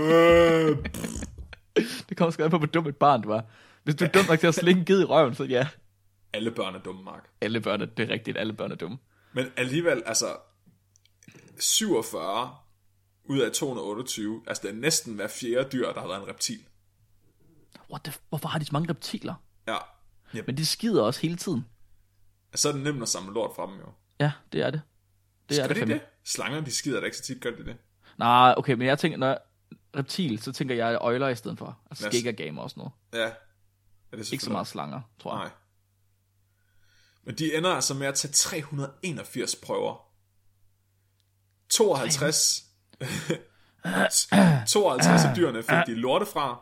Det kommer sgu an på, hvor dum et barn du var. Hvis du er dum nok til at slinge en ged i røven, så ja. Alle børn er dumme, Mark. Alle børn er, det er rigtigt, alle børn er dumme. Men alligevel, altså, syvogfyrre ud af to hundrede og otteogtyve, altså det er næsten hver fjerde dyr, der har været en reptil. What the, hvorfor har de så mange reptiler? Ja. Yep. Men de skider også hele tiden. Så er det nemt at samle lort fra dem jo. Ja, det er det. Det er Skal det, det fandme. det? Slanger, de skider da ikke så tit, gør de det? Nej, okay, men jeg tænker, når jeg, reptil, så tænker jeg øjler i stedet for. Altså Yes. skæggergamer og sådan noget. Ja. Er det Ikke så meget slanger, tror jeg. Nej. Men de ender altså med at tage tre hundrede og enogfirs prøver. tooghalvtreds tooghalvtreds af dyrene fik de lorte fra.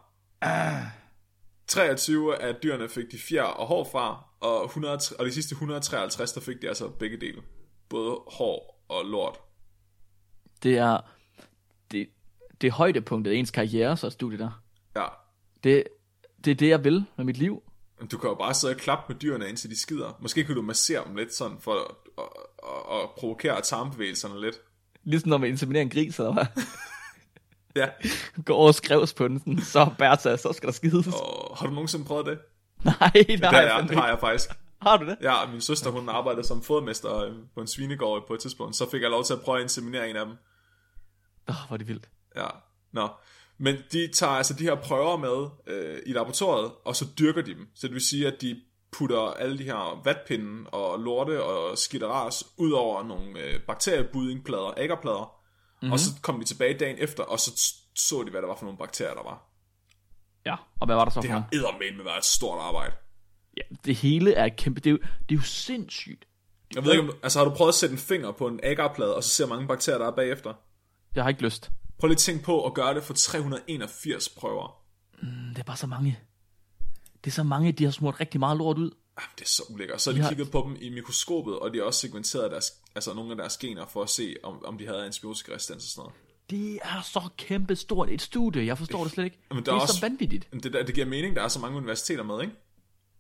treogtyve af dyrene fik de fjer og hår fra. Og, hundrede, og de sidste et hundrede og treoghalvtreds, der fik de altså begge dele. Både hår og lort. Det er, det, det er højdepunktet af ens karriere, så studiet der. Ja. Det, det er det, jeg vil med mit liv. Du kan jo bare sidde og klappe med dyrene, indtil de skider. Måske kan du massere dem lidt sådan, for at, at, at, at provokere tarmbevægelserne lidt. Ligesom når man inseminerer en gris, eller hvad? Ja. Gå over og skrives på den, sådan, så Bertha, så skal der skides. Og har du nogensinde prøvet det? Nej, nej. Det, har jeg, det har jeg faktisk. Har du det? Ja, min søster, hun arbejdede som fodermester på en svinegård på et tidspunkt. Så fik jeg lov til at prøve at inseminere en af dem. Åh, oh, hvor er det vildt. Ja, nå. Men de tager altså de her prøver med øh, i laboratoriet, og så dyrker de dem. Så det vil sige, at de putter alle de her vatpinde og lorte og skitteras ud over nogle øh, bakteriebuddingplader, agerplader. Mm-hmm. Og så kom de tilbage dagen efter, og så så de, hvad der var for nogle bakterier, der var. Ja, og hvad var der så Det for har eddermame været et stort arbejde. Ja, det hele er kæmpe. Det er jo, det er jo sindssygt. Jeg ved ikke, om, altså har du prøvet at sætte en finger på en agarplade, og så se, hvor mange bakterier der er bagefter? Jeg har ikke lyst. Prøv lige at tænke på at gøre det for tre hundrede og enogfirs prøver. Mm, det er bare så mange. Det er så mange, de har smurt rigtig meget lort ud. Ah, det er så ulækkert. Så har de Ja. kigget på dem i mikroskopet, og de har også segmenteret deres, altså nogle af deres gener for at se, om, om de havde antibiotikaresistens og sådan noget. Det er så kæmpe stort et studie. Jeg forstår det slet ikke. Men Det der er er så også- vanvittigt. Men det, der, det giver mening, der er så mange universiteter med, ikke?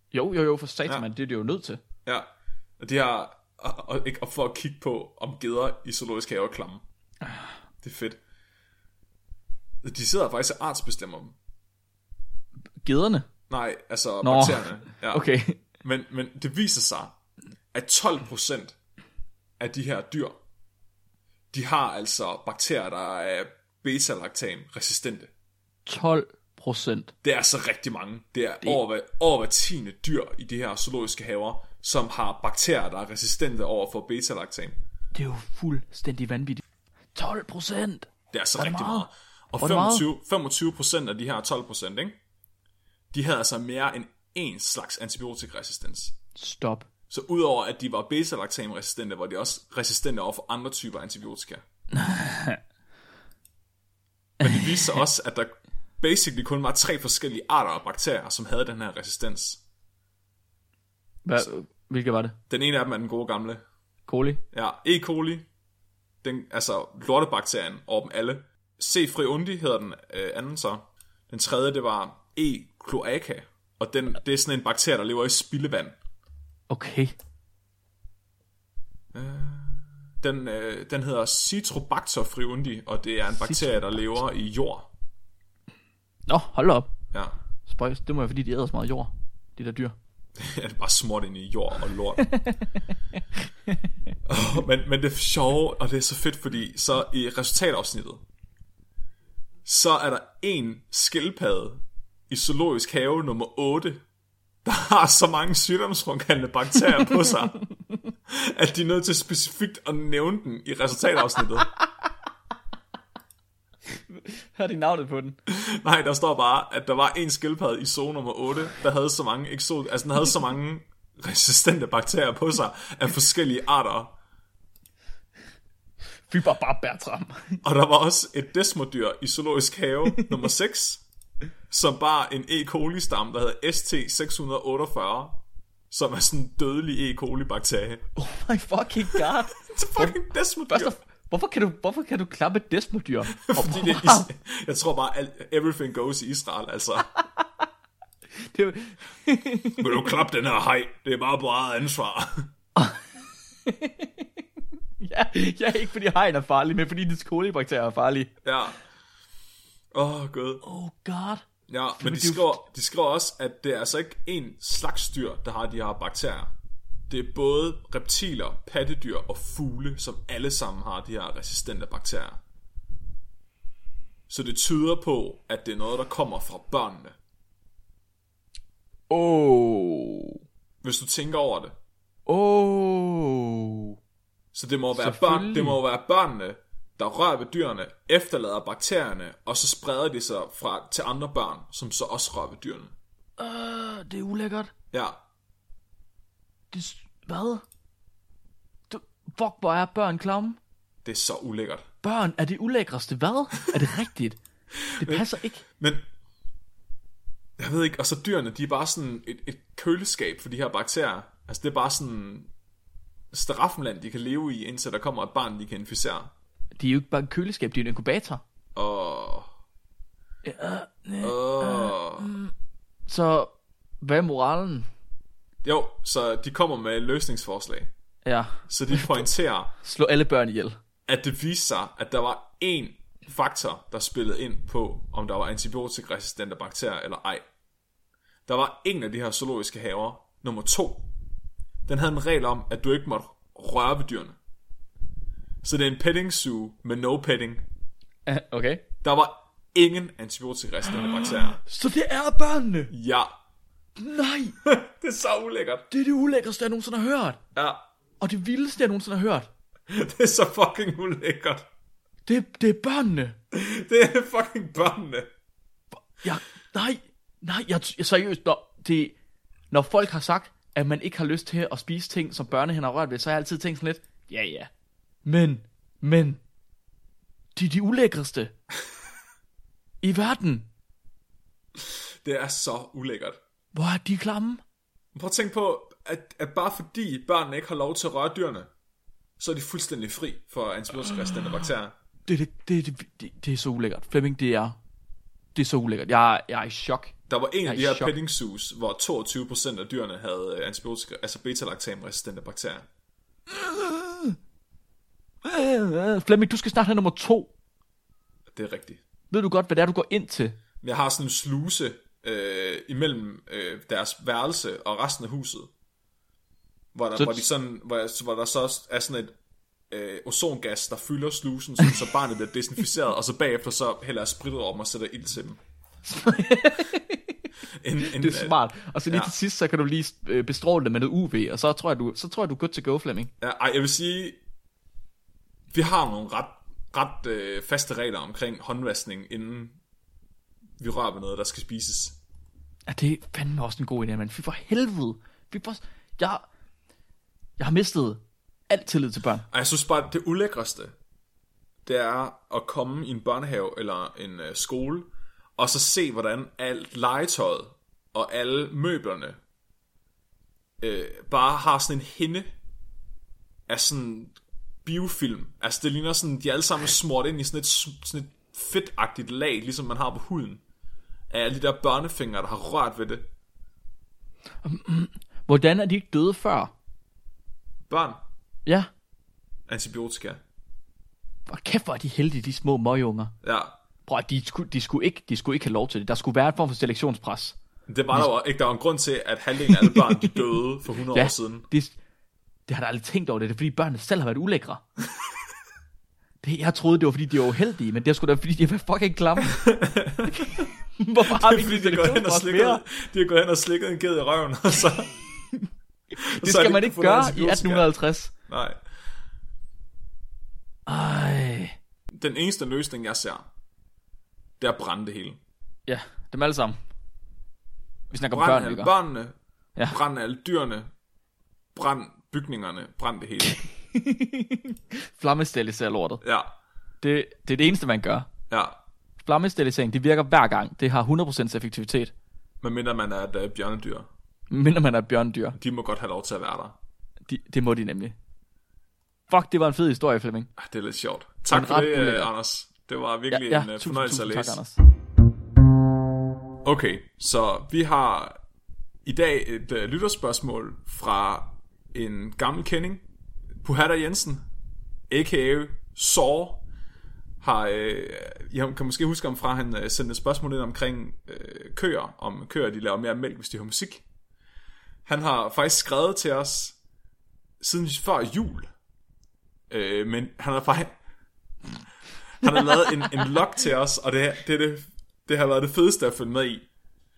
Jo, jo, jo, for satan, Ja. man, det er det jo nødt til. Ja, og de har, og, og, og for at kigge på, om geder i zoologisk have er klamme. Det er fedt. De sidder faktisk og artsbestemmer dem. Gederne? Nej, altså Nå, bakterierne. Ja. okay. Men, men det viser sig, at tolv procent af de her dyr, de har altså bakterier, der er beta-lactam-resistente. tolv procent. Det er altså rigtig mange. Det er det... Over, hver, over hver tiende dyr i de her zoologiske haver, som har bakterier, der er resistente over for beta-lactam. Det er jo fuldstændig vanvittigt. tolv procent! Det er altså Hvor rigtig meget. meget? Og Hvor meget? femogtyve, femogtyve procent af de her tolv procent, ikke? De havde altså mere end en slags antibiotikaresistens. Stop. Så udover at de var beta-lactam-resistente, var de også resistente over for andre typer antibiotika. Men det viste sig også, at der basically kun var tre forskellige arter af bakterier, som havde den her resistens. Hvad, hvilke var det? Den ene af dem er den gode gamle. Coli? Ja, E. coli. Den, altså lortebakterien over dem alle. C. freundi hedder den øh, anden så. Den tredje, det var E. cloaca. Og den, det er sådan en bakterie, der lever i spildevand. Okay. Den, øh, den hedder Citrobacter freundi, og det er en bakterie, der lever i jord. Nå, hold op. Ja. Spøjs, det må være fordi, de æder så meget jord. De der dyr. Ja, det er bare smurt ind i jord og lort. oh, men, men det er sjovt, og det er så fedt, fordi så i resultatafsnittet, så er der en skildpadde i zoologisk have nummer otte, der har så mange sygdomsfremkaldende bakterier på sig, at de er nødt til specifikt at nævne den i resultatafsnittet. Har de navnet på den? Nej, der står bare, at der var en skildpadde i zoo nummer otte, der havde så mange exot, altså den havde så mange resistente bakterier på sig af forskellige arter. Fy bare bare Bertram. Og der var også et desmodyr i zoologisk have nummer seks, som bare en E. coli-stam, der hedder S T seks hundrede otteogfyrre, som er sådan en dødelig E. coli-bakterie. Oh my fucking god. Det er fucking desmodyr. Først, hvorfor kan du, hvorfor kan du klappe et desmodyr? Fordi det er, jeg tror bare, at everything goes i Israel, altså. Det er, Vil du klappe den her hej? Det er bare på eget ansvar. ja, ja, ikke fordi hegn er farlig, men fordi dets kolibakterier er farlige. Ja. Åh, oh, gud. Oh god. Ja, men de skriver, de skriver også, at det er altså ikke en slags dyr, der har de her bakterier. Det er både reptiler, pattedyr og fugle, som alle sammen har de her resistente bakterier. Så det tyder på, at det er noget, der kommer fra børnene. Oh. Hvis du tænker over det. Oh. Så det må være, børn, det må være børnene, der rører ved dyrene, efterlader bakterierne, og så spreder de sig fra, til andre børn, som så også rører ved dyrene. Uh, det er ulækkert. Ja. Det, hvad? Du, fuck, hvor er børn klamme? Det er så ulækkert. Børn er det ulækreste, hvad? Er det rigtigt? Det passer ikke. Men, jeg ved ikke, og så dyrene, de er bare sådan et, et køleskab for de her bakterier. Altså det er bare sådan straffenland, de kan leve i, indtil der kommer et barn, de kan inficere. De er jo ikke bare et køleskab, de er en inkubator. Og... Ja, øh, og... øh, så, hvad er moralen? Jo, så de kommer med løsningsforslag. Ja. Så de pointerer, Slå alle børn ihjel. at det viste sig, at der var én faktor, der spillede ind på, om der var antibiotikaresistente bakterier eller ej. Der var en af de her zoologiske haver, nummer to. Den havde en regel om, at du ikke måtte røre ved dyrene. Så det er en petting zoo med no petting. Okay. Der var ingen antibiotikaresistente bakterier. Så det er børnene? Ja. Nej. Det er så ulækkert. Det er det ulækreste, jeg nogensinde har hørt. Ja. Og det vildeste, jeg nogensinde har hørt. Det er så fucking ulækkert. Det, det er børnene. Det er fucking børnene. Jeg, nej, nej, jeg, jeg seriøst, når, det, når folk har sagt, at man ikke har lyst til at spise ting, som børnehænder har rørt ved, så har jeg altid tænkt sådan lidt, ja ja, men, men, de er de ulækreste i verden. Det er så ulækkert. Hvor er de klamme? Prøv at tænke på, at, at bare fordi børnene ikke har lov til at røre dyrene, så er de fuldstændig fri for antibiotikaresistente bakterier. Det, det, det, det, det, det er så ulækkert. Flemming, det er, det er så ulækkert. Jeg, jeg er i chok. Der var en af Ej, de her chok. petting zoos, hvor toogtyve procent af dyrene havde antibiotika, altså beta-lactam-resistente bakterier. Flemming, du skal snart have nummer to. Det er rigtigt. Ved du godt, hvad det er, du går ind til? Jeg har sådan en sluse øh, imellem øh, deres værelse og resten af huset, hvor der, Så- hvor de sådan, hvor, hvor der så også er sådan et øh, ozongas, der fylder slusen, så, så barnet bliver desinficeret, og så bagefter så hælder jeg sprit over dem og sætter ild til dem. en, en, Det er smart. Og så lige ja. ja. til sidst, så kan du lige øh, bestråle det med noget U V, og så tror jeg, du, så tror jeg, du er good to go, Flemming. Ja, ej, jeg vil sige, vi har nogle ret, ret øh, faste regler omkring håndvaskning, inden vi rører ved noget, der skal spises. Ja, det er fandme også en god idé, men fy for helvede. Fy for... Jeg, jeg har mistet alt tillid til børn. Og jeg synes bare, det ulækreste, det er at komme i en børnehave eller en øh, skole, og så se, hvordan alt legetøjet og alle møblerne øh, bare har sådan en hinde af sådan biofilm. Altså det ligner sådan, de er alle sammen smurt ind i sådan et, sådan et fedtagtigt lag, ligesom man har på huden, af alle de der børnefingre, der har rørt ved det. Hvordan er de ikke døde før? Børn, Ja. antibiotika. Hvor kæft, hvor er de heldige, de små møgunger. Ja, Prøv, de skulle, de, skulle ikke, de skulle ikke have lov til det. Der skulle være en form for selektionspres. det var der jo ikke. Der var en grund til, at halvdelen af alle børn de døde for hundrede Ja, år siden. det, det har jeg aldrig tænkt over det. Det er fordi børnene selv har været ulækre. Det, jeg troede, det var fordi, de var uheldige, men det er sgu da fordi, de var fucking klamme. Hvorfor har vi Fordi ikke de, går hen og selektionspres slikket, mere? de har gået hen og slikket en ged i røven, og så... Det skal man ikke gøre i atten halvtreds. Nej. Ej. Den eneste løsning, jeg ser, det er at brænde det hele. Ja, dem alle sammen. Vi snakker om Brænd børn, alle ikke? børnene, Ja. brænd alle dyrene, brænd bygningerne, brænd det hele. Flammesterilisere lortet. Ja, Det, det er det eneste, man gør. ja. Flammesterilisering, det virker hver gang. Det har hundrede procent effektivitet. Medmindre man er et uh, bjørnedyr. Mindre man er et bjørndyr. De må godt have lov til at være der. De, det må de nemlig. Fuck, det var en fed historie, Flemming. Ah, det er lidt sjovt. Tak Men for ret det, ulækkert. uh, Anders. Det var virkelig Ja, en ja, uh, tusind, fornøjelse tusind at tak, læse. Anders. Okay, så vi har i dag et uh, lytterspørgsmål fra en gammel kending, Puhatter Jensen, a k a. Saw, har, øh, jeg kan måske huske om fra, han øh, sendte et spørgsmål ind omkring øh, køer, om køer de laver mere mælk, hvis de har musik. Han har faktisk skrevet til os siden før jul, øh, men han har faktisk han har lavet en, en log til os, og det, det, det, det har været det fedeste at følge med i.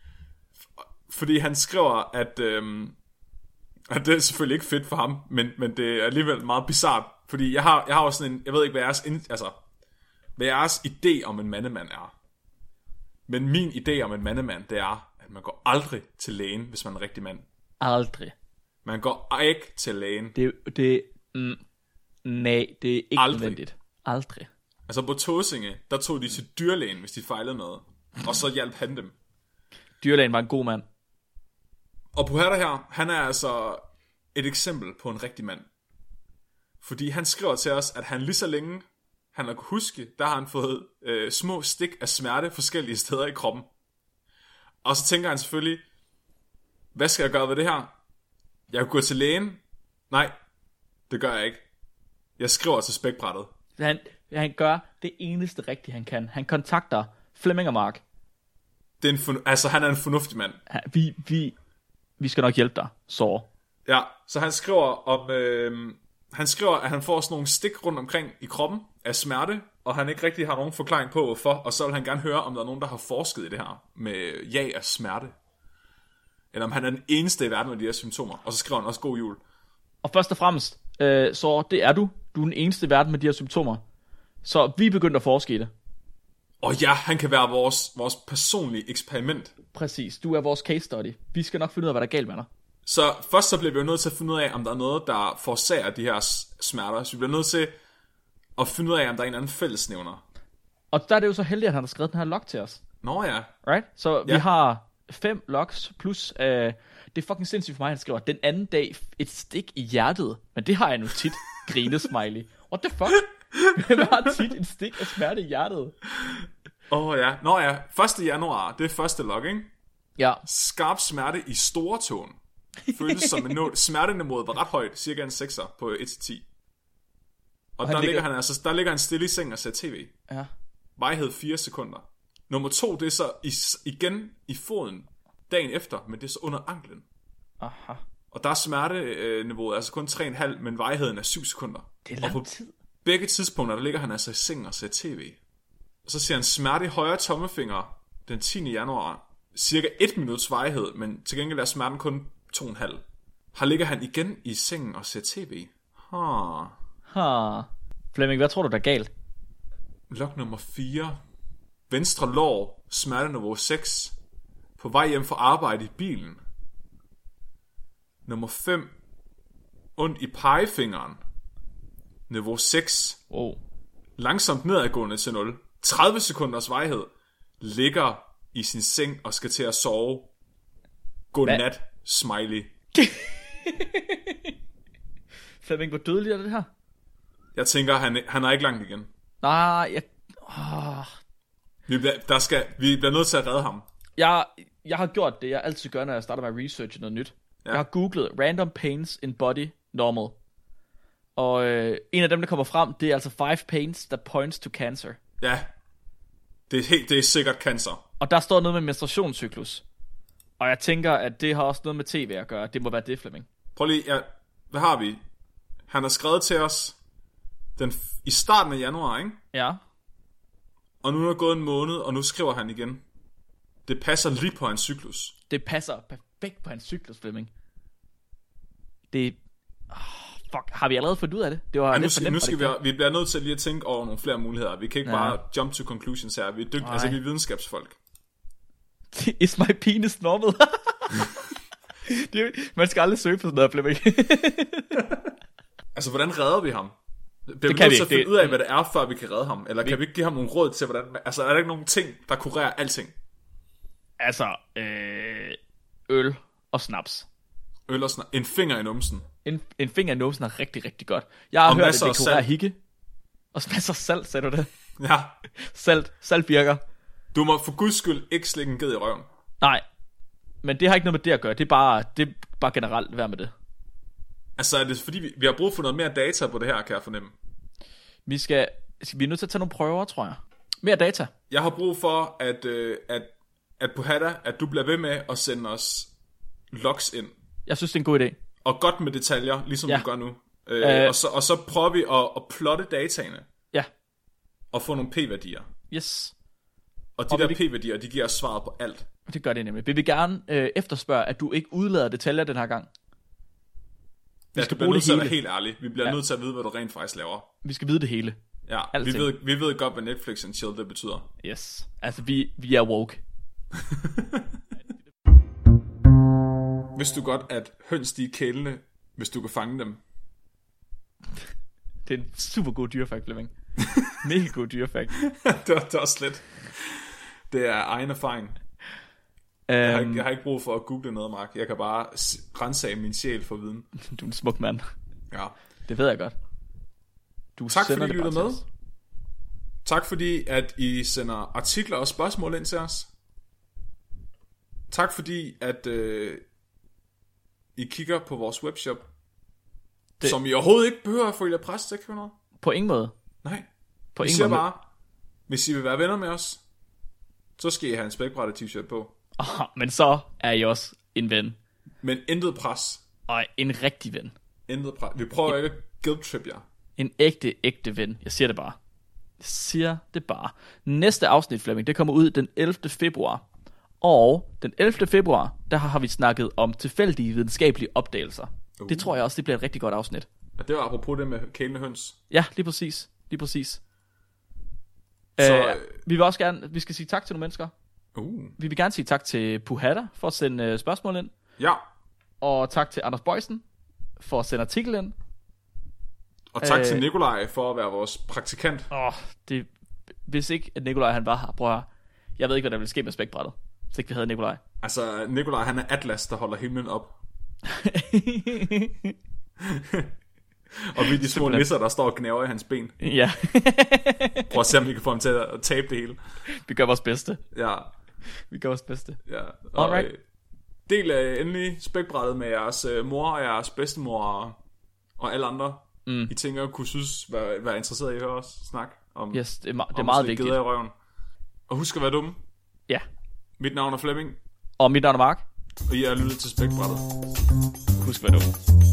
Fordi han skriver, at, øhm, at det er selvfølgelig ikke fedt for ham, men, men det er alligevel meget bizart. Fordi jeg har, jeg har jo sådan en, jeg ved ikke, hvad jeres, ind, altså, hvad jeres idé om en mandemand er. Men min idé om en mandemand, det er, at man går aldrig til lægen, hvis man er en rigtig mand. Aldrig. Man går ikke til lægen. Det, det, mm, nej, det er ikke Aldrig. nødvendigt. Aldrig. Altså på Tåsinge, der tog de til dyrlægen, hvis de fejlede noget. Og så hjalp han dem. Dyrlægen var en god mand. Og Puhatter her, han er altså et eksempel på en rigtig mand. Fordi han skriver til os, at han lige så længe han har kunne huske, der har han fået øh, små stik af smerte forskellige steder i kroppen. Og så tænker han selvfølgelig, hvad skal jeg gøre ved det her? Jeg kan gå til lægen. Nej, det gør jeg ikke. Jeg skriver til spækbrættet. Han, han gør det eneste rigtige, han kan. Han kontakter Flemming og Mark. Det er en fornu- altså, han er en fornuftig mand. Han, vi, vi, vi skal nok hjælpe dig, så. Ja, så han skriver om... Øh, han skriver, at han får sådan nogle stik rundt omkring i kroppen af smerte, og han ikke rigtig har nogen forklaring på, hvorfor. Og så vil han gerne høre, om der er nogen, der har forsket i det her med ja af smerte. Eller om han er den eneste i verden med de her symptomer. Og så skriver han også god jul. Og først og fremmest, øh, så det er du. Du er den eneste i verden med de her symptomer. Så vi er begyndt at forske i det. Og ja, han kan være vores, vores personlige eksperiment. Præcis, du er vores case study. Vi skal nok finde ud af, hvad der er galt med dig. Så først så bliver vi jo nødt til at finde ud af, om der er noget, der forårsager de her smerter. Så vi bliver nødt til at finde ud af, om der er en anden fællesnævner. Og der er det jo så heldigt, at han har skrevet den her log til os. Nå ja. Right? Så Ja. vi har fem logs plus... Øh, det er fucking sindssygt for mig, han skriver, den anden dag et stik i hjertet. Men det har jeg nu tit. Grinesmiley. What the fuck? Hvem har tit et stik af smerte i hjertet? Åh oh, ja. Nå ja, første januar, det er første log, ikke? Ja. Skarp smerte i storetåen. Føles som en no- smerteniveauet var ret højt, cirka en sekser på et til ti. Og, og der, ligger... ligger han altså, der ligger han stille i seng og ser tv. Ja. Varighed fire sekunder. Nummer to, det er så i, igen i foden dagen efter, men det er så under anklen. Aha. Og der er smerteniveauet altså kun tre komma fem, men varigheden er syv sekunder. Det er lang og på tid. begge tidspunkter, der ligger han altså i seng og ser tv. Og så ser han smerte i højre tommelfinger den tiende januar. Cirka et minuts varighed, men til gengæld er smerten kun to komma fem. Her ligger han igen i sengen og ser tv. Ha. Ha. Flemming, hvad tror du, der er galt? Log nummer fire. Venstre lår, smerteniveau seks. På vej hjem fra arbejde i bilen. Nummer fem. Ondt i pegefingeren. Niveau seks. Oh. Langsomt nedadgående til nul. tredive sekunders varighed. Ligger i sin seng og skal til at sove. Godnat, smiley. Flemming, hvor dødeligt er det her? Jeg tænker, han, han er ikke langt igen. Nej, jeg... Oh. Vi bliver, der skal, vi bliver nødt til at redde ham. jeg... Jeg har gjort det, jeg altid gør, når jeg starter med at researche noget nyt. Ja. Jeg har googlet random pains in body normal. Og øh, en af dem, der kommer frem, det er altså five pains that points to cancer. Ja, det er, helt, det er sikkert cancer. Og der står noget med menstruationscyklus. Og jeg tænker, at det har også noget med tv at gøre. Det må være det, Flemming. Prøv lige, ja, hvad har vi? Han har skrevet til os den, i starten af januar, ikke? Ja. Og nu er der gået en måned, og nu skriver han igen. Det passer lige på hans cyklus. Det passer perfekt på hans cyklus, Flemming. Det... Oh, fuck, har vi allerede fundet ud af det? Det var Ej, nu lidt skal, for nemt, nu skal var vi, det vi bliver nødt til lige at tænke over nogle flere muligheder. Vi kan ikke Ja. bare jump to conclusions her. Vi er dygt, altså vi er videnskabsfolk. Is my penis normal? det, man skal aldrig søge på sådan noget, Flemming. Altså, hvordan redder vi ham? Bliver vi kan nødt vi til at ikke. finde Det- ud af, hvad det er, før vi kan redde ham? Eller Vi- kan vi ikke give ham nogle råd til, hvordan... Altså, er der ikke nogen ting, der kurerer alting? altså, øh, øl og snaps. Øl og sådan en finger i numsen. En, en finger i numsen er rigtig, rigtig godt. Jeg har Og hørt, at masser det af kurerer salt. hikke. Og masser af salt, sagde du det? Ja. Salt, salt virker. Du må for guds skyld ikke slikke en ged i røven. Nej, men det har ikke noget med det at gøre. Det er bare, det er bare generelt være med det. Altså, er det fordi, vi, vi har brug for noget mere data på det her, kan jeg fornemme. Vi skal, vi er nødt til at tage nogle prøver, tror jeg. Mere data. Jeg har brug for, at, øh, at, at Puhata, at du bliver ved med at sende os logs ind. Jeg synes, det er en god idé. Og godt med detaljer, ligesom Ja. du gør nu. Øh, Øh. og, så, og så prøver vi at, at plotte dataene. Ja. Og få nogle p-værdier. Yes. Og de Og der vi- p-værdier, de giver os svaret på alt. Det gør det nemlig. Vi vil gerne øh, efterspørge, at du ikke udlader detaljer den her gang. Vi skal skal blive bruge nødt det til at være hele. helt ærlige. Vi bliver Ja. nødt til at vide, hvad du rent faktisk laver. Vi skal vide det hele. Ja, vi Alting. ved, vi ved godt, hvad Netflix and chill det betyder. Yes. Altså, vi, vi er woke. Vidste du godt, at høns de er kælende, hvis du kan fange dem? Det er en super god dyrefakt, Flemming. Mega god dyrefakt. det, var, det var slet. Det er egen erfaring. Jeg har, ikke, jeg har ikke brug for at google noget, Mark. Jeg kan bare s- rense af min sjæl for viden. Du er en smuk mand. Ja. Det ved jeg godt. Du Tak sender fordi I det bare lytter til med. os. Tak fordi, at I sender artikler og spørgsmål ind til os. Tak fordi, at øh, I kigger på vores webshop. Det... Det- Som I overhovedet ikke behøver at følge pres til, kvinder. På ingen måde. Nej. På Vi ingen siger måde. bare, hvis I vil være venner med os, så skal I have en spækbrætte t-shirt på. Oh, men så er I også en ven. Men intet pres. Og en rigtig ven. Intet pres. Vi prøver ikke at guilt-trip jer. En ægte, ægte ven. Jeg siger det bare. Jeg siger det bare. Næste afsnit, Flemming, det kommer ud den ellevte februar. Og den ellevte februar, der har vi snakket om tilfældige videnskabelige opdagelser. Uh. Det tror jeg også, det bliver et rigtig godt afsnit. Og det var apropos det med kælende høns. Ja, lige præcis. Lige præcis. Så, Øh, vi vil også gerne, vi skal sige tak til nogle mennesker. Uh. Vi vil gerne sige tak til Puhata for at sende øh, spørgsmål ind. Ja, Og tak til Anders Bøjsen for at sende artikel ind. og tak Øh. til Nikolaj for at være vores praktikant. Åh, oh, det, hvis ikke at Nikolaj han var her, prøv at høre. Jeg ved ikke, hvad der ville ske med spækbrættet, hvis ikke vi havde Nikolaj. Altså, Nikolaj, han er Atlas, der holder himlen op. Og vi er de små Simpelthen. nisser, der står og gnaver i hans ben. Ja, Prøv at se, om vi kan få ham til at tabe det hele. vi gør vores bedste. Ja. Vi gør vores bedste. Ja, og Alright. øh, del øh, endelig spækbrættet med jeres øh, mor og jeres bedstemor og, og alle andre. Mm. I tænker kunne synes, være, være interesseret i at høre os snakke om. Yes, det er, ma- det er om meget slik vigtigt. geder i røven. Og husk at være dumme. Ja. Mit navn er Flemming, Og mit navn er Mark. og I er lyttet til spækbrættet. Husk hvad du.